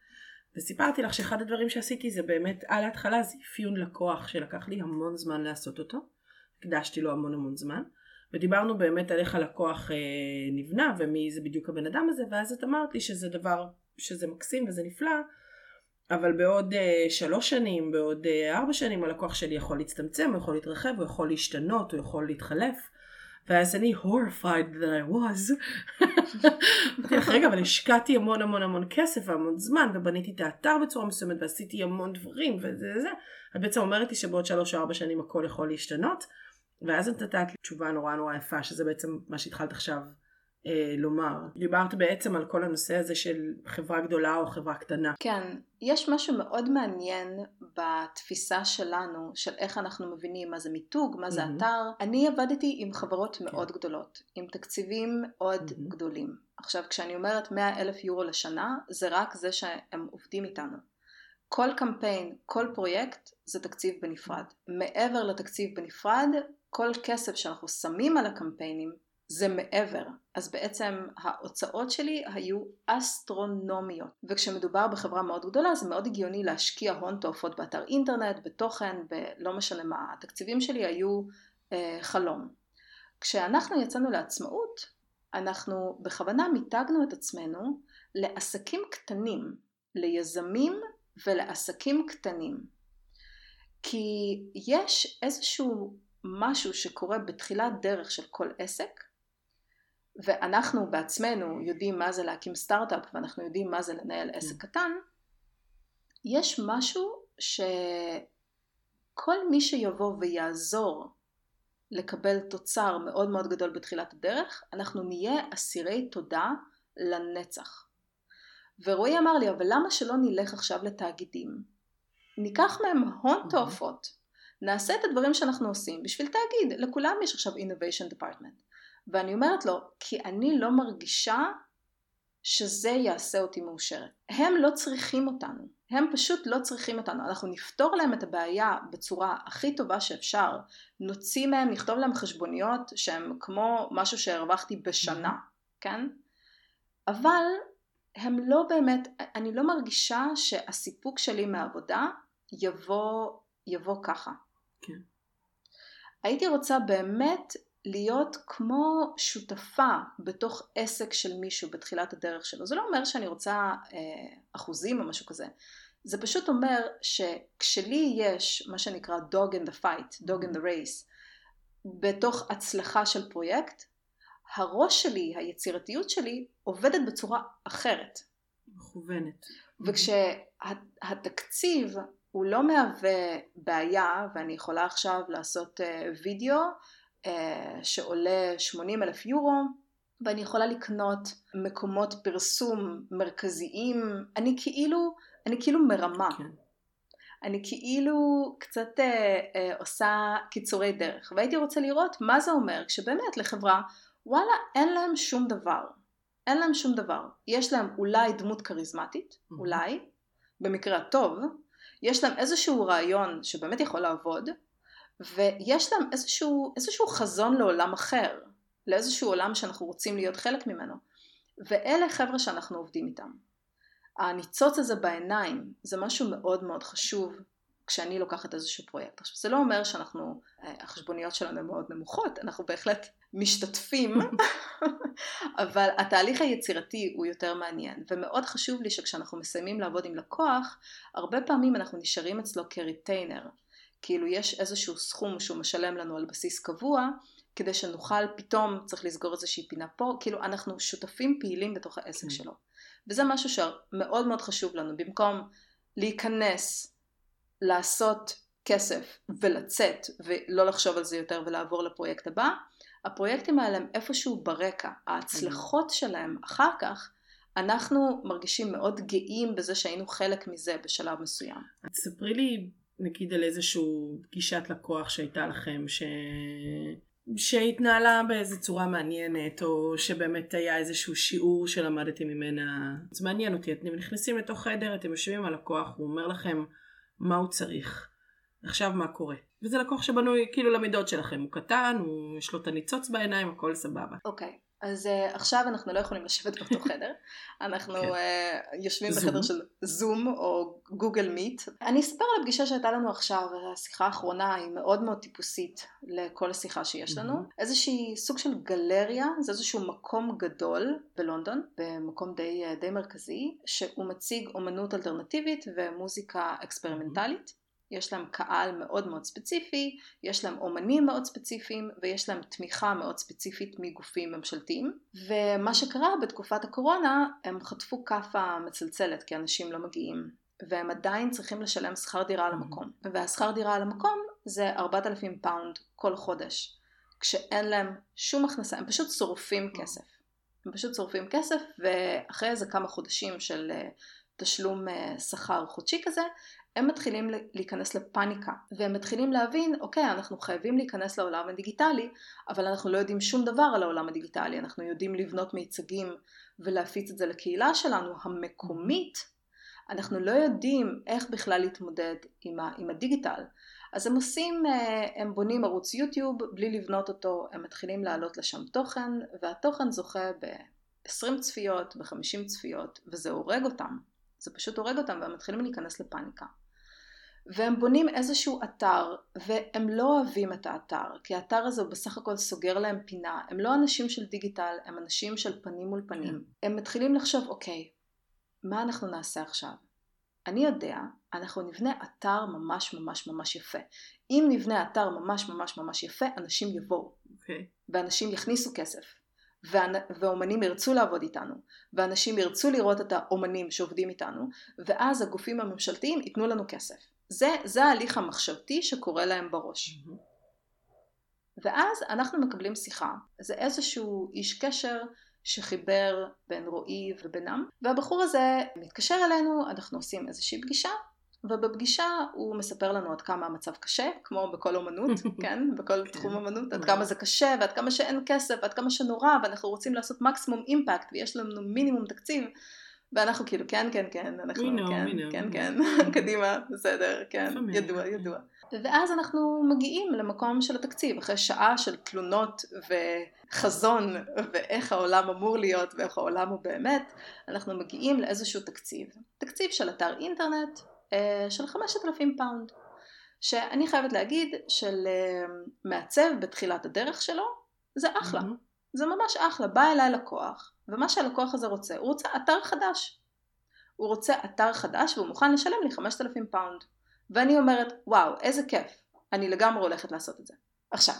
Speaker 2: וסיפרתי לך שאחד הדברים שעשיתי זה באמת, על ההתחלה זה אפיון לקוח שלקח לי המון זמן לעשות אותו. הקדשתי לו המון זמן. ודיברנו באמת על איך הלקוח נבנה ומי זה בדיוק הבן אדם הזה, ואז את אמרת לי שזה דבר, שזה מקסים וזה נפלא, אבל בעוד 3 שנים, בעוד 4 שנים הלקוח שלי יכול להצטמצם, הוא יכול להתרחב, הוא יכול להשתנות, הוא יכול להתחלף. ואז אני horrified that I was. אמרתי לך, רגע, אבל השקעתי המון כסף והמון זמן, ובניתי את האתר בצורה מסוימת, ועשיתי המון דברים, וזה. את בעצם אומרת לי שבעוד 3 או 4 שנים הכל יכול להשתנות, ואז את נתת לי תשובה נורא יפה, שזה בעצם מה שהתחלת עכשיו לומר. דיברת בעצם על כל הנושא הזה של חברה גדולה או חברה קטנה.
Speaker 1: כן, יש משהו מאוד מעניין בתפיסה שלנו, של איך אנחנו מבינים מה זה מיתוג, מה זה אתר. אני עבדתי עם חברות מאוד גדולות, עם תקציבים מאוד גדולים. עכשיו, כשאני אומרת 100,000 יורו לשנה, זה רק זה שהם עובדים איתנו. כל קמפיין, כל פרויקט, זה תקציב בנפרד. מעבר לתקציב בנפרד, כל כסף שאנחנו שמים על הקמפיינים, זה מעבר. אז בעצם ההוצאות שלי היו אסטרונומיות. וכשמדובר בחברה מאוד גדולה, זה מאוד הגיוני להשקיע הון תועפות באתר אינטרנט, בתוכן, לא משנה מה. התקציבים שלי היו חלום. כשאנחנו יצאנו לעצמאות, אנחנו בכוונה מיתגנו את עצמנו לעסקים קטנים, ליזמים ולעסקים קטנים. כי יש איזשהו משהו שקורה בתחילת דרך של כל עסק, ואנחנו בעצמנו יודעים מה זה להקים סטארט-אפ, ואנחנו יודעים מה זה לנהל עסק קטן, יש משהו שכל מי שיבוא ויעזור לקבל תוצר מאוד מאוד גדול בתחילת הדרך, אנחנו נהיה אסירי תודה לנצח. ורועי אמר לי, אבל למה שלא נלך עכשיו לתאגידים? ניקח מהם הון תועפות, נעשה את הדברים שאנחנו עושים בשביל תאגיד, לכולם יש עכשיו innovation department. ואני אומרת לו, כי אני לא מרגישה שזה יעשה אותי מאושרת. הם לא צריכים אותנו, הם פשוט לא צריכים אותנו. אנחנו נפתור להם את הבעיה בצורה הכי טובה שאפשר, נוציא מהם, נכתוב להם חשבוניות שהם כמו משהו שהרווחתי בשנה, כן? אבל הם לא באמת, אני לא מרגישה שהסיפוק שלי מהעבודה יבוא ככה.
Speaker 2: כן.
Speaker 1: הייתי רוצה באמת להיות כמו שותפה בתוך עסק של מישהו בתחילת הדרך שלו. זה לא אומר שאני רוצה אחוזים או משהו כזה. זה פשוט אומר שכשלי יש מה שנקרא dog in the fight, dog in the race, בתוך הצלחה של פרויקט, הראש שלי, היצירתיות שלי, עובדת בצורה אחרת.
Speaker 2: מכוונת.
Speaker 1: וכשהתקציב הוא לא מהווה בעיה, ואני יכולה עכשיו לעשות וידאו שעולה 80,000 יורו, ואני יכולה לקנות מקומות פרסום מרכזיים, אני כאילו מרמה. כן. אני כאילו קצת עושה קיצורי דרך, והייתי רוצה לראות מה זה אומר כשבאמת לחברה, וואלה, אין להם שום דבר. אין להם שום דבר. יש להם אולי דמות קריזמטית, אולי, במקרה הטוב, יש להם איזשהו רעיון שבאמת יכול לעבוד, ויש להם איזשהו חזון לעולם אחר, לאיזשהו עולם שאנחנו רוצים להיות חלק ממנו. ואלה חבר'ה שאנחנו עובדים איתם. הניצוץ הזה בעיניים, זה משהו מאוד מאוד חשוב, כשאני לוקחת איזשהו פרויקט. עכשיו, זה לא אומר החשבוניות שלנו מאוד נמוכות, אנחנו בהחלט משתתפים, אבל התהליך היצירתי הוא יותר מעניין, ומאוד חשוב לי שכשאנחנו מסיימים לעבוד עם לקוח, הרבה פעמים אנחנו נשארים אצלו כריטיינר, כאילו יש איזשהו סכום שהוא משלם לנו על בסיס קבוע, כדי שנוכל פתאום, צריך לסגור איזושהי פינה פה, כאילו אנחנו שותפים פעילים בתוך העסק שלו. וזה משהו שמאוד מאוד חשוב לנו, במקום להיכנס, לעשות כסף ולצאת, ולא לחשוב על זה יותר ולעבור לפרויקט הבא, הפרויקטים האלה הם איפשהו ברקע, ההצלחות שלהם אחר כך, אנחנו מרגישים מאוד גאים בזה שהיינו חלק מזה בשלב מסוים.
Speaker 2: תספרי לי נגיד על איזשהו פגישת לקוח שהייתה לכם, שהתנהלה באיזו צורה מעניינת, או שבאמת היה איזשהו שיעור שלמדתי ממנה. זה מעניין אותי, אתם נכנסים לתוך חדר, אתם יושבים על לקוח, הוא אומר לכם מה הוא צריך, עכשיו מה קורה. וזה לקוח שבנוי כאילו למידות שלכם, הוא קטן, יש לו את הניצוץ בעיניים, הכל סבבה.
Speaker 1: אוקיי, אז עכשיו אנחנו לא יכולים לשבת באותו חדר, אנחנו יושבים בחדר של זום או גוגל מיט. אני אספר על הפגישה שהייתה לנו עכשיו, השיחה האחרונה היא מאוד מאוד טיפוסית לכל השיחה שיש לנו. איזושהי סוג של גלריה, זה איזשהו מקום גדול בלונדון, במקום די מרכזי, שהוא מציג אומנות אלטרנטיבית ומוזיקה אקספרימנטלית. יש להם קהל מאוד מאוד ספציפי, יש להם אומנים מאוד ספציפיים, ויש להם תמיכה מאוד ספציפית מגופים ממשלתיים. ומה שקרה בתקופת הקורונה, הם חטפו כאפה מצלצלת, כי אנשים לא מגיעים, והם עדיין צריכים לשלם שכר דירה על המקום. והשכר דירה על המקום זה 4,000 פאונד כל חודש, כשאין להם שום הכנסה, הם פשוט שורפים כסף. הם פשוט שורפים כסף, ואחרי איזה כמה חודשים של תשלום שכר חודשי כזה, הם מתחילים להיכנס לפאניקה, והם מתחילים להבין, אוקיי, אנחנו חייבים להיכנס לעולם הדיגיטלי, אבל אנחנו לא יודעים שום דבר על העולם הדיגיטלי, אנחנו יודעים לבנות מיצגים ולהפיץ את זה לקהילה שלנו המקומית, אנחנו לא יודעים איך בכלל להתמודד עם הדיגיטל. אז הם בונים ערוץ יוטיוב בלי לבנות אותו, הם מתחילים להעלות לשם תוכן, והתוכן זוכה ב-20 צפיות, ב-50 צפיות, וזה הורג אותם. זה פשוט הורג אותם, והם מתחילים להיכנס לפאניקה. והם בונים איזשהו אתר, והם לא אוהבים את האתר, כי האתר הזה בסך הכל סוגר להם פינה. הם לא אנשים של דיגיטל, הם אנשים של פנים מול פנים. הם מתחילים לחשוב, אוקיי, מה אנחנו נעשה עכשיו? אני יודע, אנחנו נבנה אתר ממש ממש ממש יפה. אם נבנה אתר ממש ממש ממש יפה, אנשים יבואו. ואנשים יכניסו כסף. ואומנים ירצו לעבוד איתנו, ואנשים ירצו לראות את האומנים שעובדים איתנו, ואז הגופים הממשלתיים ייתנו לנו כסף. זה ההליך המחשבתי שקורה להם בראש. ואז אנחנו מקבלים שיחה. זה איזשהו איש קשר שחיבר בין רועי ובינם, והבחור הזה מתקשר אלינו, אנחנו עושים איזושהי פגישה, ובפגישה הוא מספר לנו עד כמה המצב קשה, כמו בכל אומנות, כן? בכל תחום אומנות, עד כמה זה קשה, ועד כמה שאין כסף, ועד כמה שנורא, ואנחנו רוצים לעשות מקסימום אימפקט, ויש לנו מינימום תקציב, ואנחנו כאילו, כן, אנחנו, כן, קדימה, בסדר, כן, ידוע. ואז אנחנו מגיעים למקום של התקציב, אחרי שעה של תלונות וחזון, ואיך העולם אמור להיות, ואיך העולם הוא באמת, אנחנו מגיעים לאיזשהו תקציב של אתר אינטרנט, של 5,000 פאונד, שאני חייבת להגיד של מעצב בתחילת הדרך שלו, זה אחלה, זה ממש אחלה, בא אליי לקוח, ומה שהלקוח הזה רוצה, הוא רוצה אתר חדש, והוא מוכן לשלם לי 5,000 פאונד, ואני אומרת, וואו, איזה כיף, אני לגמרי הולכת לעשות את זה. עכשיו,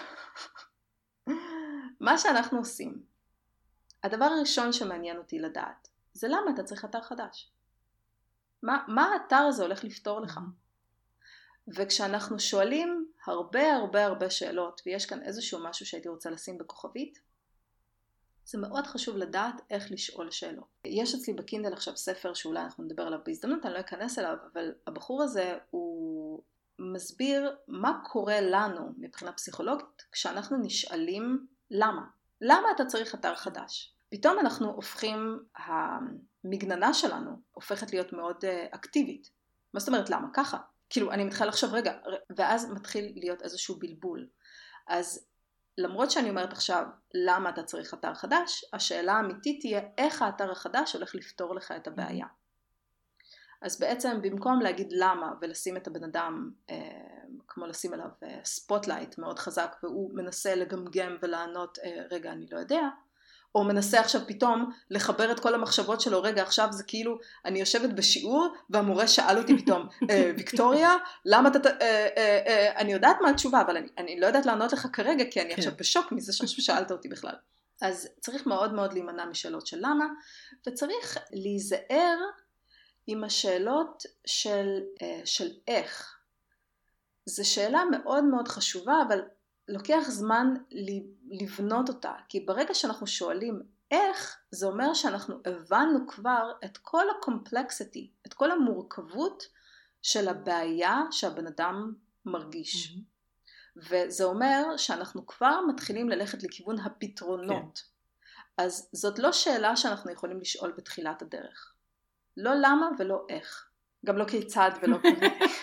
Speaker 1: מה שאנחנו עושים, הדבר הראשון שמעניין אותי לדעת, זה למה אתה צריך אתר חדש? מה האתר הזה הולך לפתור לך? וכשאנחנו שואלים הרבה שאלות, ויש כאן איזשהו משהו שהייתי רוצה לשים בכוכבית, זה מאוד חשוב לדעת איך לשאול שאלות. יש אצלי בקינדל עכשיו ספר שאולי אנחנו נדבר עליו בהזדמנות, אני לא אכנס אליו, אבל הבחור הזה הוא מסביר מה קורה לנו מבחינה פסיכולוגית, כשאנחנו נשאלים למה. למה אתה צריך אתר חדש? פתאום אנחנו הופכים, המגננה שלנו הופכת להיות מאוד אקטיבית. מה זאת אומרת למה? ככה. כאילו אני מתחילה לחשוב רגע, ואז מתחיל להיות איזשהו בלבול. אז למרות שאני אומרת עכשיו למה אתה צריך אתר חדש, השאלה האמיתית תהיה איך האתר החדש הולך לפתור לך את הבעיה. אז בעצם במקום להגיד למה ולשים את הבן אדם, כמו לשים עליו ספוטלייט מאוד חזק, והוא מנסה לגמגם ולענות רגע אני לא יודע, או מנסה עכשיו פתאום לחבר את כל המחשבות שלו, רגע עכשיו זה כאילו אני יושבת בשיעור והמורה שאל אותי פתאום, ויקטוריה, למה אתה, אני יודעת מה התשובה, אבל אני לא יודעת לענות לך כרגע, כי אני עכשיו בשוק מזה ששאלת אותי בכלל. אז צריך מאוד מאוד להימנע משאלות של למה, וצריך להיזהר עם השאלות של איך. זו שאלה מאוד מאוד חשובה, אבל לוקח זמן לבנות אותה, כי ברגע שאנחנו שואלים איך, זה אומר שאנחנו הבנו כבר את כל הקומפלקסיטי, את כל המורכבות של הבעיה שהבן אדם מרגיש. וזה אומר שאנחנו כבר מתחילים ללכת לכיוון הפתרונות. אז זאת לא שאלה שאנחנו יכולים לשאול בתחילת הדרך. לא למה ולא איך. גם לא כיצד ולא כיצד.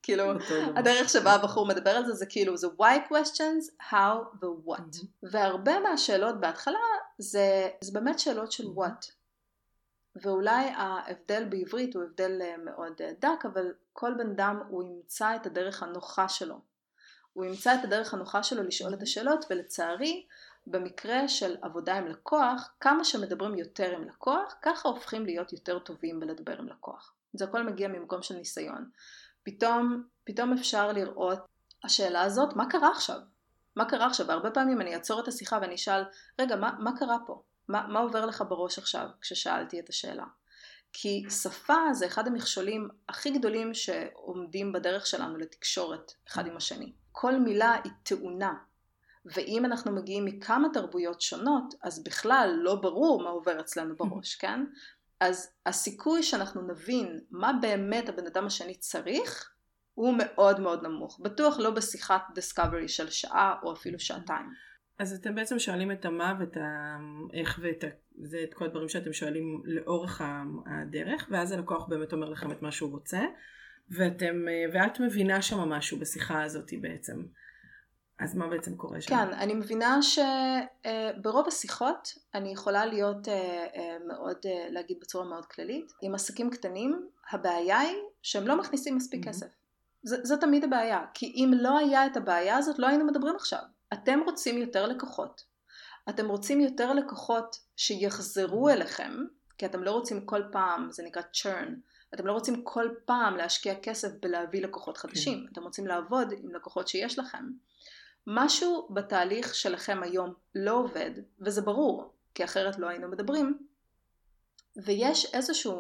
Speaker 1: כאילו, הדרך שבה הבחור מדבר על זה, זה כאילו, זה why questions, how ו-what. והרבה מהשאלות בהתחלה, זה באמת שאלות של what. ואולי ההבדל בעברית הוא הבדל מאוד דק, אבל כל בן אדם הוא ימצא את הדרך הנוחה שלו. הוא ימצא את הדרך הנוחה שלו לשאול את השאלות, ולצערי, במקרה של עבודה עם לקוח, כמה שמדברים יותר עם לקוח, ככה הופכים להיות יותר טובים בלדבר עם לקוח. זה הכל מגיע ממקום של ניסיון. פתאום אפשר לראות השאלה הזאת, מה קרה עכשיו? מה קרה עכשיו? והרבה פעמים אני אעצור את השיחה ואני אשאל, רגע, מה קרה פה? מה עובר לך בראש עכשיו כששאלתי את השאלה? כי שפה זה אחד המכשולים הכי גדולים שעומדים בדרך שלנו לתקשורת אחד עם השני. כל מילה היא טעונה. ואם אנחנו מגיעים מכמה תרבויות שונות, אז בכלל לא ברור מה עובר אצלנו בראש, כן? אז הסיכוי שאנחנו נבין מה באמת הבן אדם השני צריך, הוא מאוד מאוד נמוך. בטוח לא בשיחת discovery של שעה או אפילו שעתיים.
Speaker 2: אז אתם בעצם שואלים את המה ואת האיך ואת כל הדברים שאתם שואלים לאורך הדרך, ואז הלקוח באמת אומר לכם את מה שהוא רוצה, ואת מבינה שם משהו בשיחה הזאת בעצם. אז מה בעצם קורה שם?
Speaker 1: כן, אני מבינה שברוב השיחות אני יכולה להיות מאוד, להגיד בצורה מאוד כללית, עם עסקים קטנים, הבעיה היא שהם לא מכניסים מספיק כסף. זו תמיד הבעיה, כי אם לא היה את הבעיה הזאת, לא היינו מדברים עכשיו. אתם רוצים יותר לקוחות. אתם רוצים יותר לקוחות שיחזרו אליכם, כי אתם לא רוצים כל פעם, זה נקרא churn, אתם לא רוצים כל פעם להשקיע כסף בלהביא לקוחות חדשים. אתם רוצים לעבוד עם לקוחות שיש לכם. משהו בתהליך שלכם היום לא עובד, וזה ברור, כי אחרת לא היינו מדברים, ויש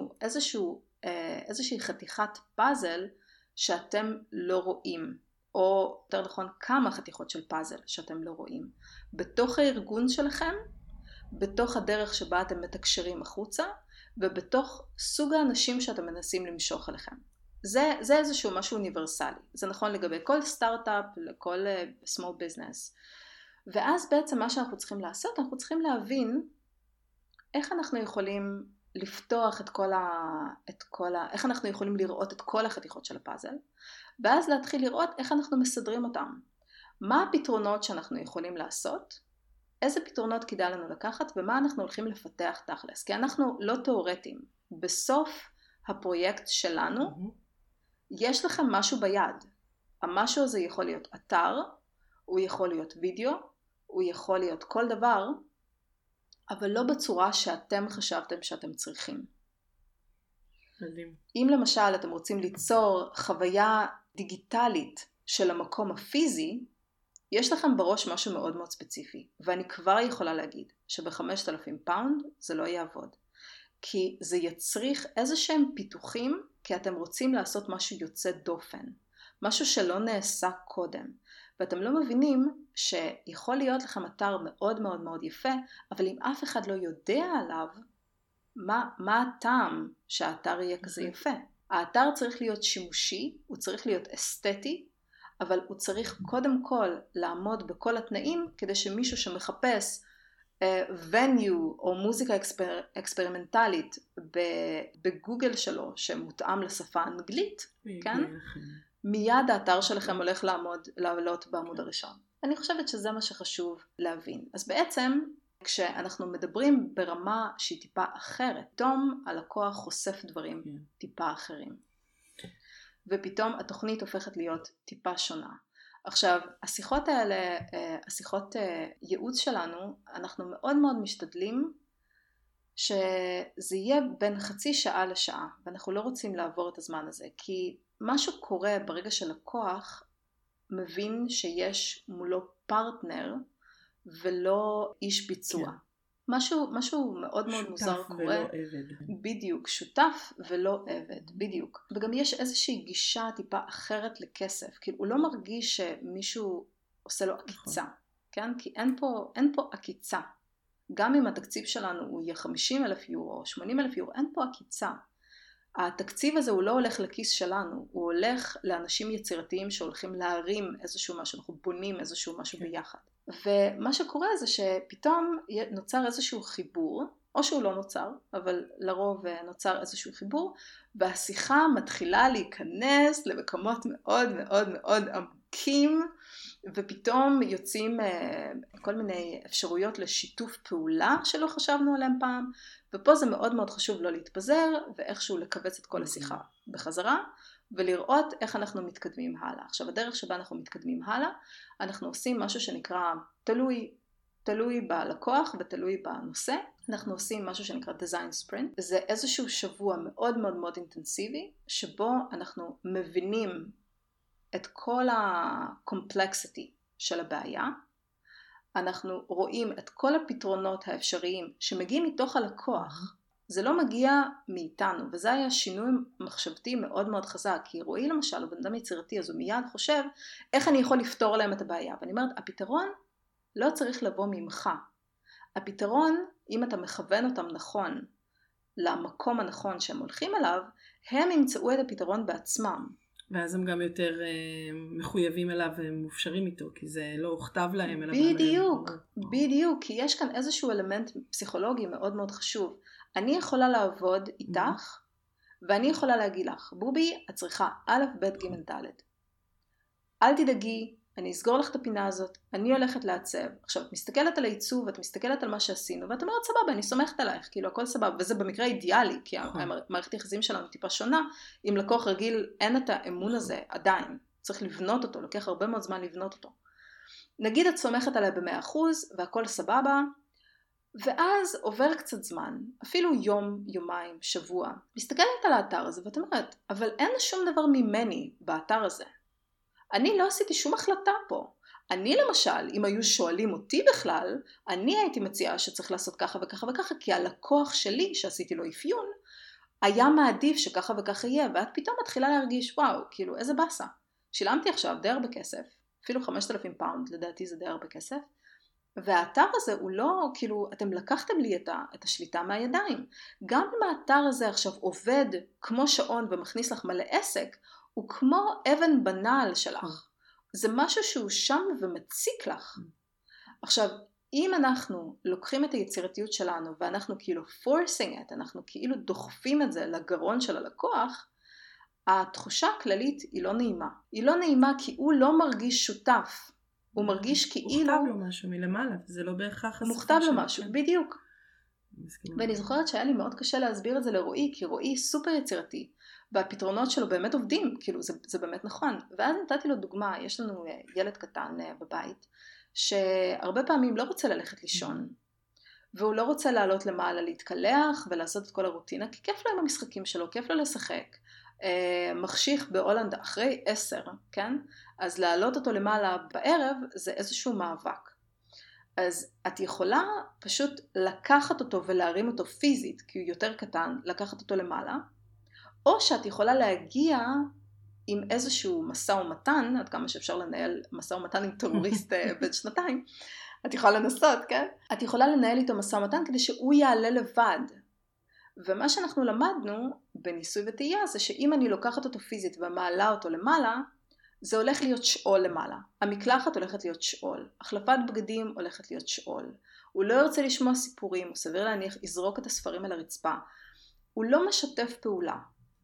Speaker 1: איזושהי חתיכת פאזל שאתם לא רואים, או יותר נכון כמה חתיכות של פאזל שאתם לא רואים, בתוך הארגון שלכם, בתוך הדרך שבה אתם מתקשרים החוצה, ובתוך סוג האנשים שאתם מנסים למשוך אליכם. זה איזשהו משהו אוניברסלי. זה נכון לגבי כל סטארט-אפ, לכל small business. ואז בעצם מה שאנחנו צריכים לעשות, אנחנו צריכים להבין איך אנחנו יכולים לפתוח איך אנחנו יכולים לראות את כל החתיכות של הפאזל, ואז להתחיל לראות איך אנחנו מסדרים אותם. מה הפתרונות שאנחנו יכולים לעשות, איזה פתרונות כדאי לנו לקחת, ומה אנחנו הולכים לפתח תכלס. כי אנחנו לא תיאורטיים. בסוף הפרויקט שלנו, יש לכם משהו ביד. המשהו הזה יכול להיות אתר, הוא יכול להיות וידאו, הוא יכול להיות כל דבר, אבל לא בצורה שאתם חשבתם שאתם צריכים.
Speaker 2: מדהים.
Speaker 1: אם למשל אתם רוצים ליצור חוויה דיגיטלית של המקום הפיזי, יש לכם בראש משהו מאוד מאוד ספציפי, ואני כבר יכולה להגיד שב5,000 פאונד זה לא יעבוד. כי זה יצריך איזה שהם פיתוחים, כי אתם רוצים לעשות משהו יוצא דופן, משהו שלא נעשה קודם. ואתם לא מבינים שיכול להיות לכם אתר מאוד מאוד מאוד יפה, אבל אם אף אחד לא יודע עליו, מה הטעם שהאתר יהיה כזה יפה? האתר צריך להיות שימושי, הוא צריך להיות אסתטי, אבל הוא צריך קודם כל לעמוד בכל התנאים, כדי שמישהו שמחפש venue או מוזיקה אקספרימנטלית בגוגל שלו, שמותאם לשפה האנגלית, כן? מיד האתר שלכם הולך לעלות בעמוד הראשון. אני חושבת שזה מה שחשוב להבין. אז בעצם, כשאנחנו מדברים ברמה שהיא טיפה אחרת, פתאום הלקוח חושף דברים טיפה אחרים. ופתאום התוכנית הופכת להיות טיפה שונה. עכשיו, השיחות האלה, השיחות ייעוץ שלנו, אנחנו מאוד מאוד משתדלים שזה יהיה בין חצי שעה לשעה, ואנחנו לא רוצים לעבור את הזמן הזה, כי משהו קורה ברגע שלקוח מבין שיש מולו פרטנר ולא איש ביצוע. כן. משהו מאוד מאוד מוזר קורה.
Speaker 2: שותף ולא עבד.
Speaker 1: בדיוק, שותף ולא עבד, בדיוק. וגם יש איזושהי גישה טיפה אחרת לכסף, כאילו הוא לא מרגיש שמישהו עושה לו עקיצה, כן? כי אין פה עקיצה. גם אם התקציב שלנו הוא יהיה 50,000 יורו, 80,000 יורו, אין פה עקיצה. התקציב הזה הוא לא הולך לכיס שלנו, הוא הולך לאנשים יצירתיים שהולכים להרים איזשהו משהו, אנחנו בונים איזשהו משהו ביחד. ומה שקורה זה שפתאום נוצר איזשהו חיבור או שהוא לא נוצר, אבל לרוב נוצר איזשהו חיבור, והשיחה מתחילה להיכנס למקומות מאוד מאוד מאוד עמוקים, ופתאום יוצאים כל מיני אפשרויות לשיתוף פעולה שלא חשבנו עליהם פעם, ופה זה מאוד מאוד חשוב לא להתפזר, ואיכשהו לקבץ את כל השיחה בחזרה, ולראות איך אנחנו מתקדמים הלאה. עכשיו, הדרך שבה אנחנו מתקדמים הלאה, אנחנו עושים משהו שנקרא תלוי בלקוח ותלוי בנושא. אנחנו עושים משהו שנקרא design sprint. זה איזשהו שבוע מאוד מאוד מאוד אינטנסיבי, שבו אנחנו מבינים את כל הקומפלקסיטי של הבעיה. אנחנו רואים את כל הפתרונות האפשריים שמגיעים מתוך הלקוח. זה לא מגיע מאיתנו, וזה היה שינוי מחשבתי מאוד מאוד חזק, כי רועי למשל, הוא בן אדם יצירתי, אז הוא מיד חושב, איך אני יכול לפתור להם את הבעיה? ואני אומרת, הפתרון לא צריך לבוא ממך. הפתרון, אם אתה מכוון אותם נכון, למקום הנכון שהם הולכים אליו, הם ימצאו את הפתרון בעצמם.
Speaker 2: ואז הם גם יותר מחויבים אליו ומופשרים איתו, כי זה לא הוכתב להם.
Speaker 1: בדיוק, כי יש כאן איזשהו אלמנט פסיכולוגי מאוד מאוד חשוב. אני יכולה לעבוד איתך, ואני יכולה להגיד לך, בובי, את צריכה א', ב', ג', ד'. אל תדאגי, אני אסגור לך את הפינה הזאת, אני הולכת לעצב. עכשיו, את מסתכלת על העיצוב, את מסתכלת על מה שעשינו, ואת אומרת, סבבה, אני סומכת עלייך, כאילו, הכל סבבה, וזה במקרה אידיאלי, כי המערכת יחסים שלנו טיפה שונה, אם לקוח רגיל אין את האמון הזה עדיין, צריך לבנות אותו, לוקח הרבה מאוד זמן לבנות אותו. נגיד את סומכת עליה ב100%, והכל סבבה, ואז עובר קצת זמן, אפילו יום, יומיים, שבוע, מסתכלת על האתר הזה, ואת אומרת, אבל אין שום דבר ממני באתר הזה. אני לא עשיתי שום החלטה פה. אני למשל, אם היו שואלים אותי בכלל, אני הייתי מציעה שצריך לעשות ככה וככה וככה, כי הלקוח שלי, שעשיתי לו אפיון, היה מעדיף שככה וככה יהיה, ואת פתאום מתחילה להרגיש, וואו, כאילו, איזה בסה. שילמתי עכשיו די הרבה כסף, אפילו 5,000 פאונד, לדעתי זה די הרבה כסף, והאתר הזה הוא לא, כאילו, אתם לקחתם לי את השליטה מהידיים. גם אם האתר הזה עכשיו עובד כמו שעון ומכניס לך מלא עסק, הוא כמו אבן בנעל שלך. זה משהו שהוא שם ומציק לך. עכשיו, אם אנחנו לוקחים את היצירתיות שלנו, ואנחנו כאילו forcing it, אנחנו כאילו דוחפים את זה לגרון של הלקוח, התחושה הכללית היא לא נעימה. היא לא נעימה כי הוא לא מרגיש שותף. הוא מרגיש כאילו...
Speaker 2: מוכתב לו משהו מלמעלה, זה לא בהכרח...
Speaker 1: מוכתב לו משהו, בדיוק. ואני זוכרת שהיה לי מאוד קשה להסביר את זה לרועי, כי רועי סופר יצירתי, והפתרונות שלו באמת עובדים, כאילו זה באמת נכון. ואז נתתי לו דוגמה, יש לנו ילד קטן בבית, שהרבה פעמים לא רוצה ללכת לישון, והוא לא רוצה לעלות למעלה להתקלח ולעשות את כל הרוטינה, כי כיף לו עם המשחקים שלו, כיף לו לשחק. מחשיך בהולנד אחרי 10, כן? אז לעלות אותו למעלה בערב זה איזשהו מאבק. אז את יכולה פשוט לקחת אותו ולהרים אותו פיזית, כי הוא יותר קטן, לקחת אותו למעלה, או שאת יכולה להגיע עם איזשהו מסע ומתן, עד כמה שאפשר לנהל מסע ומתן עם טרוריסט בן 2, את יכולה לנסות, כן? את יכולה לנהל איתו מסע ומתן כדי שהוא יעלה לבד. ומה שאנחנו למדנו בניסוי וטעייה זה שאם אני לוקחת אותו פיזית ומעלה אותו למעלה, זה הולך להיות שאול למעלה. המקלחת הולכת להיות שאול. החלפת בגדים הולכת להיות שאול. הוא לא ירצה לשמוע סיפורים, הוא סביר להניח יזרוק את הספרים על הרצפה. הוא לא משתף פעולה.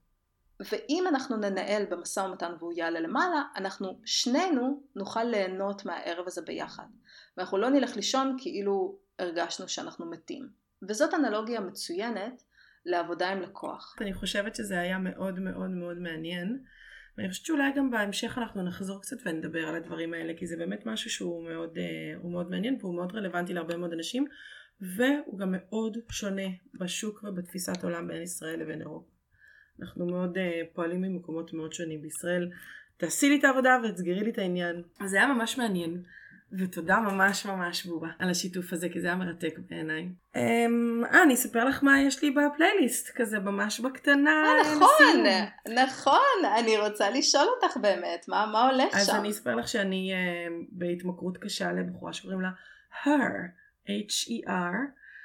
Speaker 1: ואם אנחנו ננהל במשא ומתן והוא יעלה למעלה, אנחנו שנינו נוכל ליהנות מהערב הזה ביחד. ואנחנו לא נלך לישון כאילו הרגשנו שאנחנו מתים. וזאת אנלוגיה מצוינת לעבודה עם לקוח.
Speaker 2: אני חושבת שזה היה מאוד מאוד מאוד מעניין. ואני חושבת שאולי גם בהמשך אנחנו נחזור קצת ונדבר על הדברים האלה, כי זה באמת משהו שהוא מאוד מעניין, והוא מאוד רלוונטי להרבה מאוד אנשים, והוא גם מאוד שונה בשוק ובתפיסת עולם בין ישראל לבין אירופה. אנחנו מאוד פועלים ממקומות מאוד שונים בישראל. תעשי לי את העבודה ותסגרי לי את העניין. אז זה היה ממש מעניין. ותודה ממש ממש בובה על השיתוף הזה, כי זה היה מרתק בעיניי. אני אספר לך מה יש לי בפלייליסט, כזה ממש בקטנה.
Speaker 1: נכון, אני רוצה לשאול אותך באמת, מה הולך שם?
Speaker 2: אז אני אספר לך שאני בהתמכרות קשה לבחורה שקוראים לה H-E-R,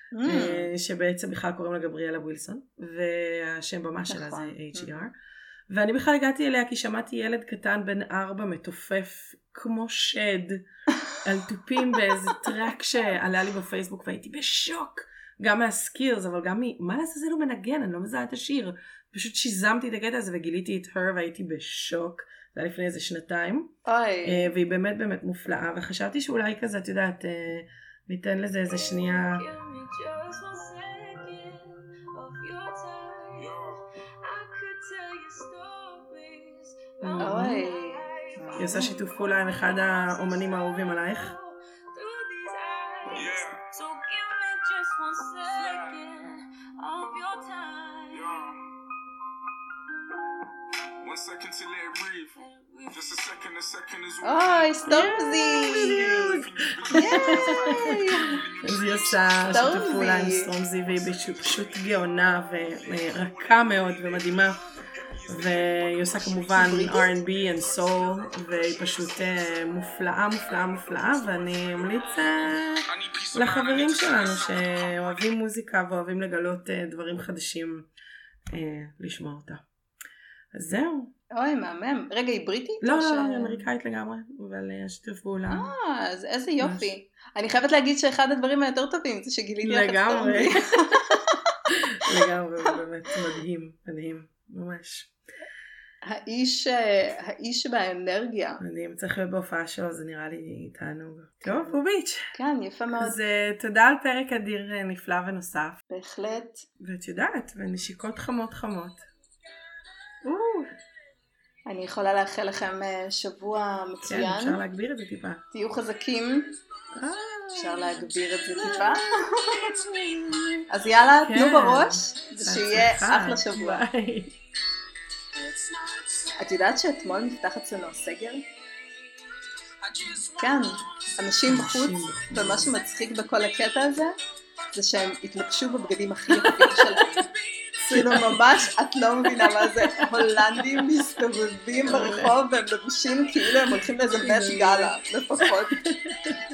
Speaker 2: שבעצם בכלל קוראים לה גבריאלה ווילסון, והשם במה שלה זה H-E-R. ואני בכלל הגעתי אליה כי שמעתי ילד קטן בן 4 מתופף כמו שד על טופים באיזה טרק שעלה לי בפייסבוק, והייתי בשוק. גם מהסקילס, אבל גם מה לעזאזל הוא מנגן, אני לא מזהה את השיר. פשוט שיזמתי את הקטע הזה וגיליתי את her והייתי בשוק. זה היה לפני איזה 2 והיא באמת באמת מופלאה, וחשבתי שאולי כזה, את יודעת, ניתן לזה איזה שנייה. היא עושה שיתוף פעולה עם אחד האומנים האהובים עלייך.
Speaker 1: אוי, סטורמזי!
Speaker 2: אז היא עושה שיתוף פעולה עם סטורמזי, והיא פשוט גאונה ורכה מאוד ומדהימה. והיא עושה כמובן R&B and soul, והיא פשוט מופלאה, מופלאה, מופלאה, ואני אמליץ לחברים שלנו שאוהבים מוזיקה ואוהבים לגלות דברים חדשים לשמוע אותה. אז זהו.
Speaker 1: אוי, מהמם. רגע, היא בריטית?
Speaker 2: לא, היא אמריקאית לגמרי, אבל שיתוף פעולה.
Speaker 1: אז איזה יופי. אני חייבת להגיד שאחד הדברים היותר טובים זה שגיליתי לך את
Speaker 2: לגמרי. לגמרי, באמת מדהים, מדהים, ממש.
Speaker 1: האיש באנרגיה.
Speaker 2: מדהים, צריך להיות בהופעה שלו, זה נראה לי תענוג. טוב, בוביץ'.
Speaker 1: כן, יפה מאוד.
Speaker 2: אז תודה על פרק אדיר נפלא ונוסף.
Speaker 1: בהחלט.
Speaker 2: ואת יודעת, ונשיקות חמות חמות.
Speaker 1: אני יכולה לאחל לכם שבוע מצוין.
Speaker 2: כן, אפשר להגביר את זה טיפה.
Speaker 1: תהיו חזקים. אפשר להגביר את זה טיפה. אז יאללה, תנו בראש, ושיהיה אחלה שבוע. את יודעת שאתמול נפתח אצלנו הסגר? כן, אנשים בחוץ, ומה שמצחיק בכל הקטע הזה, זה שהם התלבשו בבגדים הכי יפים שלהם. כאילו ממש, את לא מבינה מה זה, הולנדים מסתובבים ברחוב והם לבושים כאילו הם הולכים לאיזה בית גאלה, לפחות.